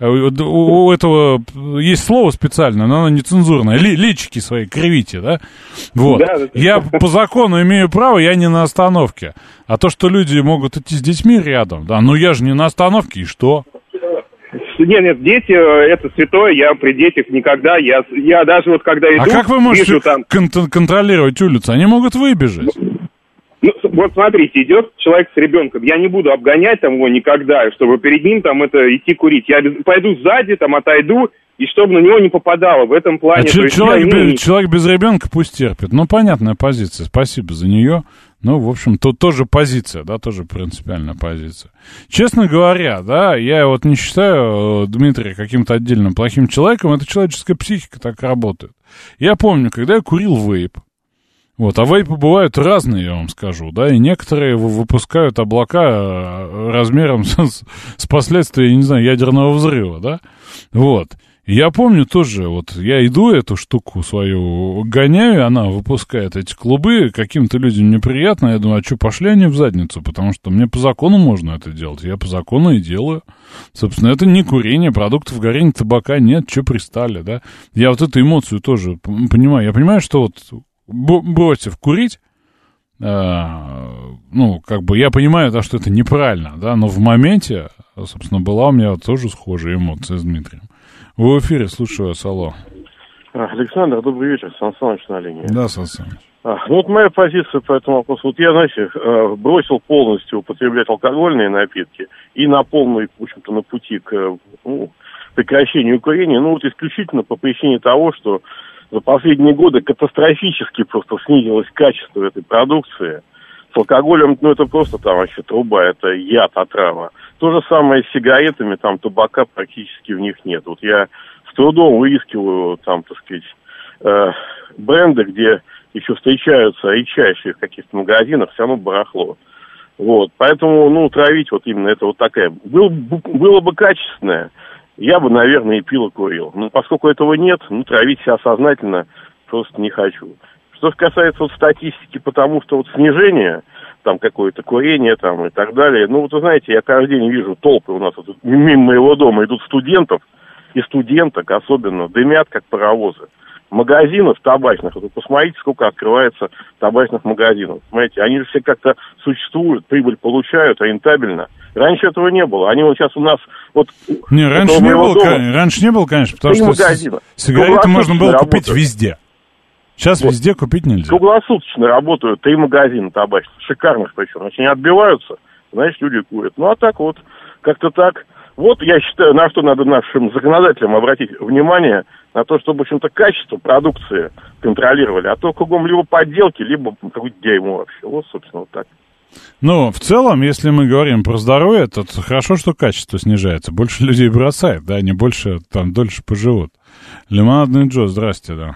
C: У этого есть слово специальное, но оно нецензурное. Личики свои кривите, да? Вот. Да. Я по закону имею право, я не на остановке. А то, что люди могут идти с детьми рядом, да, я же не на остановке, и что?
M: Нет, дети, это святое, я при детях никогда, я даже вот когда иду...
C: А как вы можете контролировать улицу? Они могут выбежать.
M: Вот смотрите, идет человек с ребенком, я не буду обгонять там его никогда, чтобы перед ним там это идти курить. Я пойду сзади, там отойду, и чтобы на него не попадало в этом плане.
C: Человек без ребенка пусть терпит. Ну, понятная позиция, спасибо за нее. Ну, в общем, тут тоже позиция, да, тоже принципиальная позиция. Честно говоря, да, я вот не считаю Дмитрия каким-то отдельно плохим человеком, это человеческая психика так работает. Я помню, когда я курил вейп, вот, а вейпы бывают разные, я вам скажу, да, и некоторые выпускают облака размером с последствиями, я не знаю, ядерного взрыва, да, вот. И я помню тоже, вот, я иду эту штуку свою гоняю, она выпускает эти клубы, каким-то людям неприятно, я думаю, а что, пошли они в задницу, потому что мне по закону можно это делать, я по закону и делаю. Собственно, это не курение, продуктов горения табака нет, что пристали, да. Я вот эту эмоцию тоже понимаю, я понимаю, что вот бросив курить, ну, как бы я понимаю, да, что это неправильно, да, но в моменте, собственно, была у меня вот тоже схожая эмоция с Дмитрием. Вы в эфире, слушаю вас, алло.
N: Александр, добрый вечер, Сан Саныч на линии.
C: Да, Сан Саныч.
N: Ну вот моя позиция по этому вопросу. Вот я, знаете, бросил полностью употреблять алкогольные напитки и на полной, в общем-то, на пути к прекращению курения, ну вот исключительно по причине того, что за последние годы катастрофически просто снизилось качество этой продукции. С алкоголем, ну это просто там вообще труба, это яд, отрава. То же самое с сигаретами, там табака практически в них нет. Вот я с трудом выискиваю там, так сказать, бренды, где еще встречаются и чаще в каких-то магазинах, все равно барахло. Вот, поэтому, ну, травить вот именно это вот такая. Было бы качественное, я бы, наверное, и пил, и курил. Но поскольку этого нет, ну, травить себя сознательно просто не хочу. Что же касается вот статистики, потому что вот снижение, там, какое-то курение, там, и так далее, ну, вот вы знаете, я каждый день вижу толпы у нас вот, мимо моего дома идут студентов, и студенток особенно дымят, как паровозы. Магазинов табачных, вот посмотрите, сколько открывается табачных магазинов. Понимаете, они же все как-то существуют, прибыль получают, рентабельно. Раньше этого не было. Они вот сейчас у нас... Вот,
C: не, раньше не было, конечно, потому что сигареты можно было купить везде. Сейчас вот. Везде купить нельзя.
N: Круглосуточно работают 3 магазина табачных, шикарных причем. Значит, они отбиваются, значит, люди курят. Ну, а так вот, как-то так. Вот, я считаю, на что надо нашим законодателям обратить внимание, на то, чтобы, в общем-то, качество продукции контролировали. А то кругом либо подделки, либо какое-то дерьмо вообще. Вот, собственно, вот так.
C: Ну, в целом, если мы говорим про здоровье, то хорошо, что качество снижается. Больше людей бросает, да, они больше, там, дольше поживут. Лимонадный Джо, здрасте, да.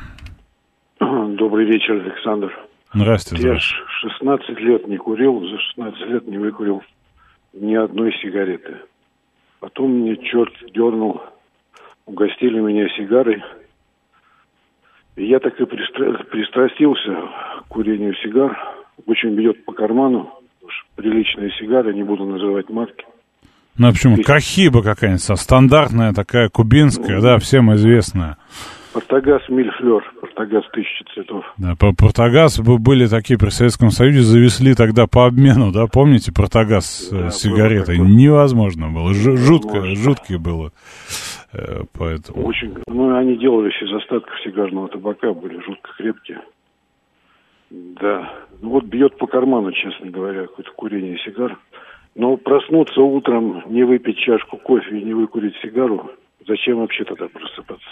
O: Добрый вечер, Александр.
C: Здравствуйте.
O: Я 16 лет не курил, за 16 лет не выкурил ни одной сигареты. Потом мне черт дернул, угостили меня сигарой. И я так и пристрастился к курению сигар. Очень бьет по карману. Приличные сигары, не буду называть марки.
C: Ну, а почему? Кахиба какая-нибудь, стандартная такая, кубинская, да, всем известная.
O: Портогаз Мильфлер, Портогаз 1000 цветов.
C: Да, Портогаз были такие при Советском Союзе, завезли тогда по обмену, да, помните, Портогаз с сигаретой? Невозможно было, жуткое было. Поэтому.
O: Очень, ну, они делались из остатков сигарного табака, были жутко крепкие. Да, ну вот бьет по карману, честно говоря, какое-то курение сигар. Но проснуться утром, не выпить чашку кофе и не выкурить сигару, зачем вообще тогда просыпаться?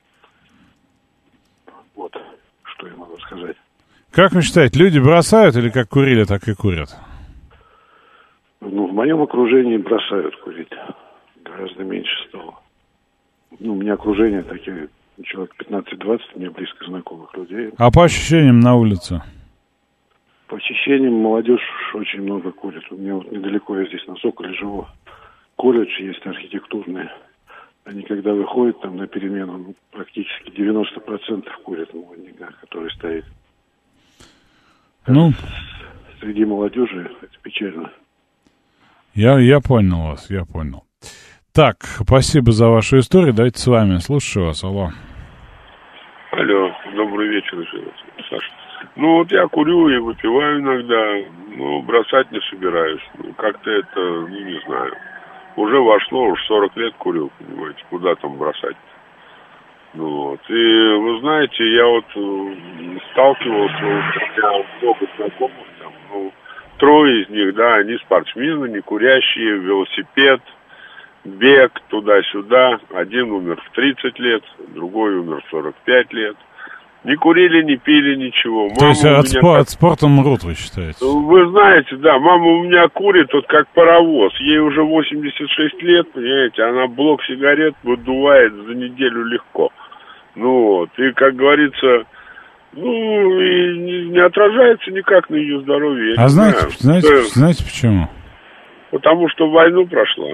O: Вот, что я могу сказать.
C: Как вы считаете, люди бросают или как курили, так и курят?
O: Ну, в моем окружении бросают курить. Гораздо меньше стало. Ну, у меня окружение такие, человек 15-20, мне близко знакомых людей.
C: А по ощущениям на улице?
O: По ощущениям молодежь очень много курит. У меня вот недалеко, я здесь на Соколе живу. Колледж есть архитектурный. Они когда выходят там на перемену, ну, практически 90% курят в молодняках, который стоит.
C: Ну,
O: среди молодежи это печально.
C: Я понял вас, я понял. Так, спасибо за вашу историю. Давайте с вами. Слушаю вас, алло.
H: Алло, добрый вечер, Саша. Ну, вот я курю и выпиваю иногда, но бросать не собираюсь. Ну, как-то это, ну, не знаю. Уже вошло, уж 40 лет курю, понимаете, куда там бросать. Ну вот. И вы знаете, я вот сталкивался, у меня много знакомых там, ну, трое из них, да, они спортсмены, не курящие, велосипед, бег туда-сюда. Один умер в 30 лет, другой умер в 45 лет. Не курили, не пили, ничего.
C: То есть от спорта мрут, вы считаете?
H: Вы знаете, да, мама у меня курит вот как паровоз. Ей уже 86 лет, понимаете, она блок сигарет выдувает за неделю легко. Ну вот, и, как говорится, ну, и не отражается никак на ее здоровье.
C: А знаете почему?
H: Потому что войну прошла.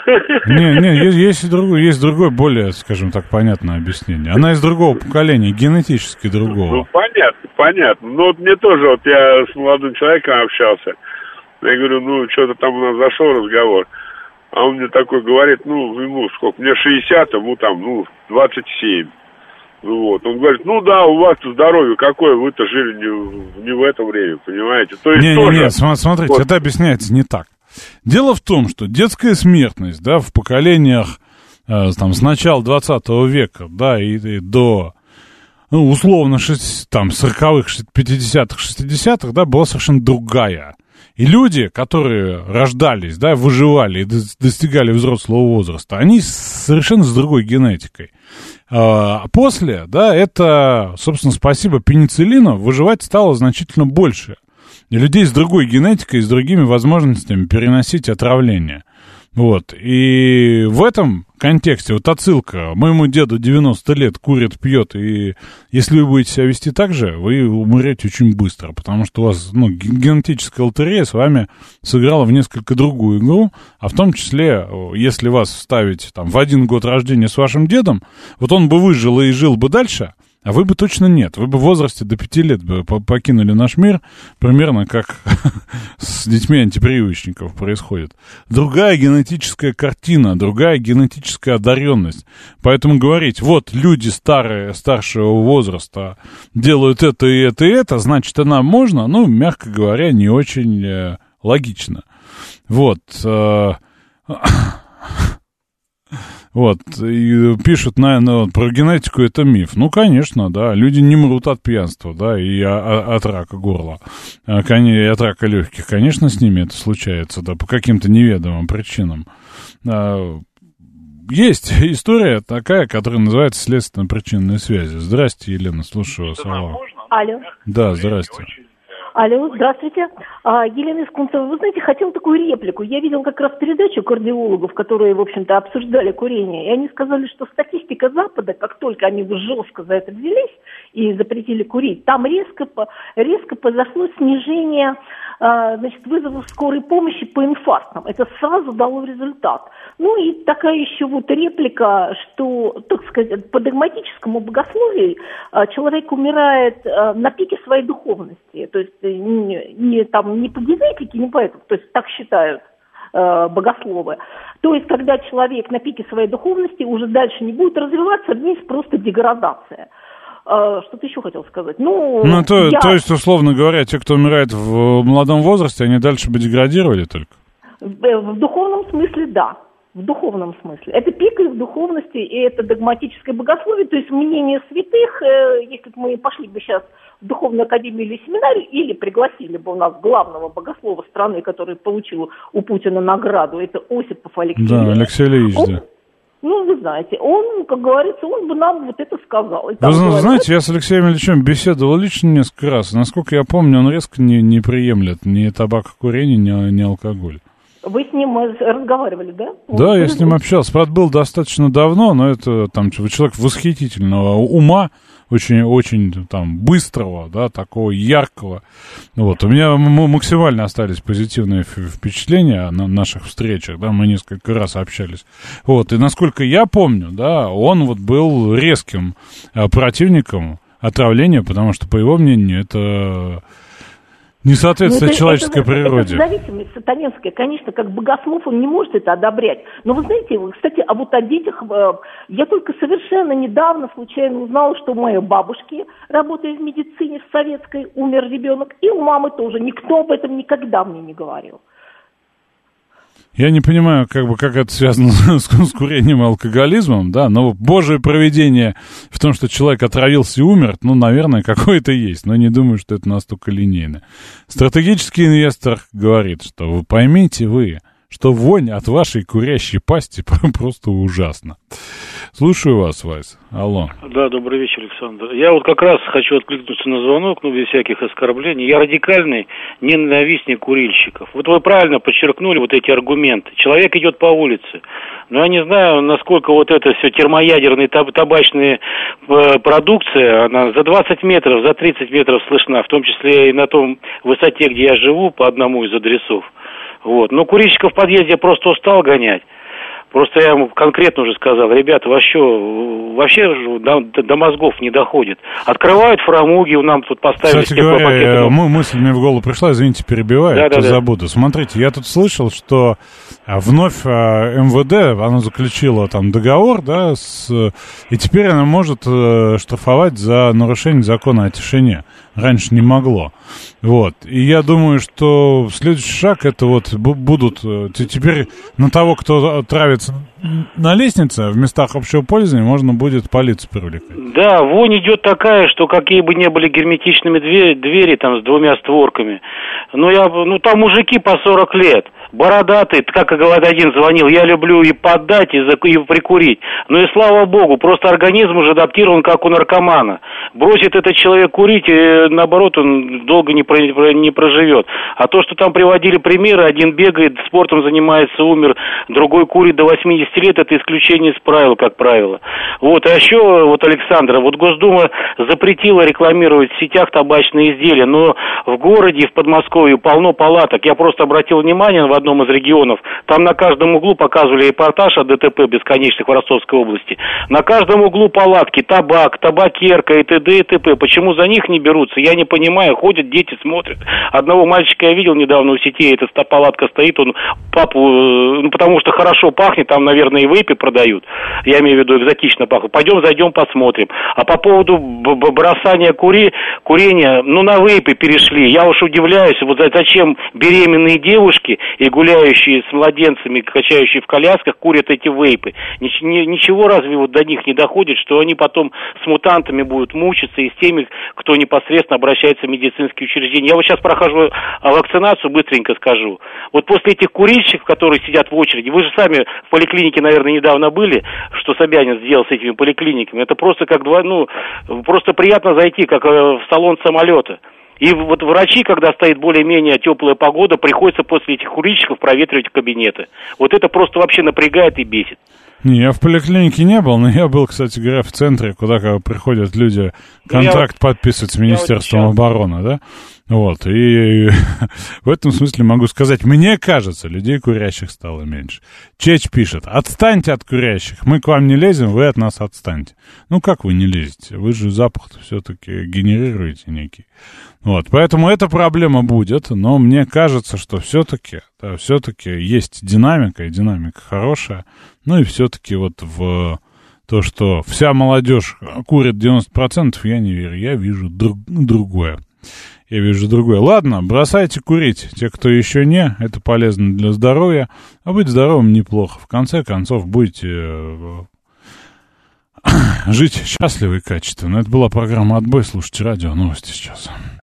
C: Есть другое, более, скажем так, понятное объяснение. Она из другого поколения, генетически другого.
H: Ну, понятно. Ну, вот мне тоже, вот я с молодым человеком общался. Я говорю, ну, что-то там у нас зашел разговор. А он мне такой говорит, ну, ему сколько, мне 60, ему там, 27. Ну, вот. Он говорит, ну, да, у вас-то здоровье какое, вы-то жили не в это время, понимаете? То есть
C: смотрите, вот. Это объясняется не так. Дело в том, что детская смертность, да, в поколениях там, с начала 20 века, да, и до, условно, 40-х, 50-х, 60-х, да, была совершенно другая. И люди, которые рождались, да, выживали и достигали взрослого возраста, они совершенно с другой генетикой. А после, да, это, собственно, спасибо пенициллину, выживать стало значительно больше. И людей с другой генетикой, с другими возможностями переносить отравление. Вот. И в этом контексте вот отсылка: моему деду 90 лет, курит, пьет, и если вы будете себя вести так же, вы умрете очень быстро, потому что у вас генетическая лотерея с вами сыграла в несколько другую игру, а в том числе, если вас вставить там, в один год рождения с вашим дедом, вот он бы выжил и жил бы дальше, а вы бы точно нет. Вы бы в возрасте до 5 лет бы покинули наш мир, примерно как с детьми антипрививочников происходит. Другая генетическая картина, другая генетическая одаренность. Поэтому говорить, вот люди старшего возраста делают это и это и это, значит, и нам можно, мягко говоря, не очень логично. Вот. Вот, и пишут, наверное, про генетику это миф. Ну, конечно, да, люди не мрут от пьянства, да, и от рака горла, и от рака легких. Конечно, с ними это случается, да, по каким-то неведомым причинам. Есть история такая, которая называется следственно-причинные связи. Здрасте, Елена, слушаю вас.
P: Алло.
C: Да, здрасте.
P: Алло, здравствуйте. Елена Искунцева, вы знаете, хотела такую реплику. Я видела как раз передачу кардиологов, которые, в общем-то, обсуждали курение. И они сказали, что статистика Запада, как только они жестко за это взялись и запретили курить, там резко произошло снижение вызовов скорой помощи по инфарктам. Это сразу дало результат. Ну и такая еще вот реплика, что, так сказать, по догматическому богословию человек умирает на пике своей духовности. То есть не по генетике, не поэтому, то есть так считают богословы. То есть когда человек на пике своей духовности уже дальше не будет развиваться, вниз просто деградация. Что-то еще хотел сказать.
C: То есть, условно говоря, те, кто умирает в молодом возрасте, они дальше бы деградировали только?
P: В духовном смысле, да. В духовном смысле. Это пик их духовности, и это догматическое богословие, то есть мнение святых, если бы мы пошли бы сейчас в духовную академию или семинарию, или пригласили бы у нас главного богослова страны, который получил у Путина награду, это Осипов Алексей Ильич.
C: Да, Алексей Ильич, да.
P: Вы знаете, он, как говорится, он бы нам вот это сказал.
C: Вы знаете, я с Алексеем Ильичем беседовал лично несколько раз. Насколько я помню, он резко не приемлет ни табакокурение, ни алкоголь.
P: Вы с ним разговаривали, да?
C: Да, я с ним общался. Правда, был достаточно давно, но это там человек восхитительного ума, очень там быстрого, да, такого яркого. Вот. У меня максимально остались позитивные впечатления на наших встречах, да, мы несколько раз общались. Вот. И насколько я помню, да, он вот был резким противником отравления, потому что, по его мнению, это не соответствует человеческой природе.
P: Это зависимость сатанинская. Конечно, как богослов он не может это одобрять. Но вы знаете, кстати, а вот о детях я только совершенно недавно случайно узнала, что у моей бабушки, работая в медицине в советской, умер ребенок, и у мамы тоже. Никто об этом никогда мне не говорил.
C: Я не понимаю, как это связано с курением и алкоголизмом, да, но божие провидение в том, что человек отравился и умер, ну, наверное, какое-то есть, но не думаю, что это настолько линейно. Стратегический инвестор говорит, что вы поймите что вонь от вашей курящей пасти просто ужасна. Слушаю вас, Вайс. Алло.
Q: Да, добрый вечер, Александр. Я вот как раз хочу откликнуться на звонок, без всяких оскорблений. Я радикальный ненавистник курильщиков. Вот вы правильно подчеркнули вот эти аргументы. Человек идет по улице. Но я не знаю, насколько вот это все термоядерная табачная продукция, она за 20 метров, за 30 метров слышна, в том числе и на том высоте, где я живу, по одному из адресов. Вот. Но курильщиков в подъезде я просто устал гонять. Просто я ему конкретно уже сказал, ребята, вообще до мозгов не доходит. Открывают фрамуги, нам тут поставили...
C: Кстати говоря, мысль мне в голову пришла, извините, перебиваю, забуду. Смотрите, я тут слышал, что вновь МВД, она заключила там договор, да, и теперь она может штрафовать за нарушение закона о тишине. Раньше не могло. Вот. И я думаю, что следующий шаг это вот будут теперь на того, кто травится на лестнице в местах общего пользования, можно будет полицию привлекать.
Q: Да, вонь идет такая, что какие бы ни были герметичными двери там с двумя створками. Там мужики по 40 лет. Бородатый, как говорит один звонил, я люблю и поддать, и прикурить. Ну и слава богу, просто организм уже адаптирован, как у наркомана. Бросит этот человек курить, и наоборот, он долго не проживет. А то, что там приводили примеры, один бегает, спортом занимается, умер, другой курит до 80 лет, это исключение из правил, как правило. Вот, а еще, Александр, Госдума запретила рекламировать в сетях табачные изделия, но в городе, в Подмосковье полно палаток. Я просто обратил внимание в одном из регионов, там на каждом углу показывали репортаж о ДТП бесконечных в Ростовской области. На каждом углу палатки, табак, табакерка и т.д. и т.п. Почему за них не берутся, я не понимаю. Ходят дети, смотрят. Одного мальчика я видел недавно у сетей, эта палатка стоит, он папу, потому что хорошо пахнет, там, наверное, и вейпы продают. Я имею в виду, экзотично пахнет. Пойдем, зайдем, посмотрим. А по поводу бросания курения, на вейпы перешли. Я уж удивляюсь, зачем беременные девушки и гуляющие с младенцами, качающие в колясках, курят эти вейпы. Ничего разве до них не доходит, что они потом с мутантами будут мучиться и с теми, кто непосредственно обращается в медицинские учреждения. Я сейчас прохожу вакцинацию, быстренько скажу. После этих курильщиков, которые сидят в очереди, вы же сами в поликлинике, наверное, недавно были, что Собянин сделал с этими поликлиниками. Это просто просто приятно зайти, как в салон самолета. И врачи, когда стоит более-менее теплая погода, приходится после этих курильщиков проветривать кабинеты. Это просто вообще напрягает и бесит.
C: Не, я в поликлинике не был, но я был, кстати говоря, в центре, куда приходят люди контракт подписывать с Министерством обороны, да? И в этом смысле могу сказать, мне кажется, людей курящих стало меньше. Чеч пишет, отстаньте от курящих, мы к вам не лезем, вы от нас отстаньте. Как вы не лезете? Вы же запах-то все-таки генерируете некий. Поэтому эта проблема будет, но мне кажется, что все-таки есть динамика, и динамика хорошая. И все-таки в то, что вся молодежь курит 90%, я не верю, я вижу другое. Ладно, бросайте курить. Те, кто еще не, это полезно для здоровья. А быть здоровым неплохо. В конце концов, будете жить счастливо и качественно. Это была программа «Отбой». Слушайте радио новости сейчас.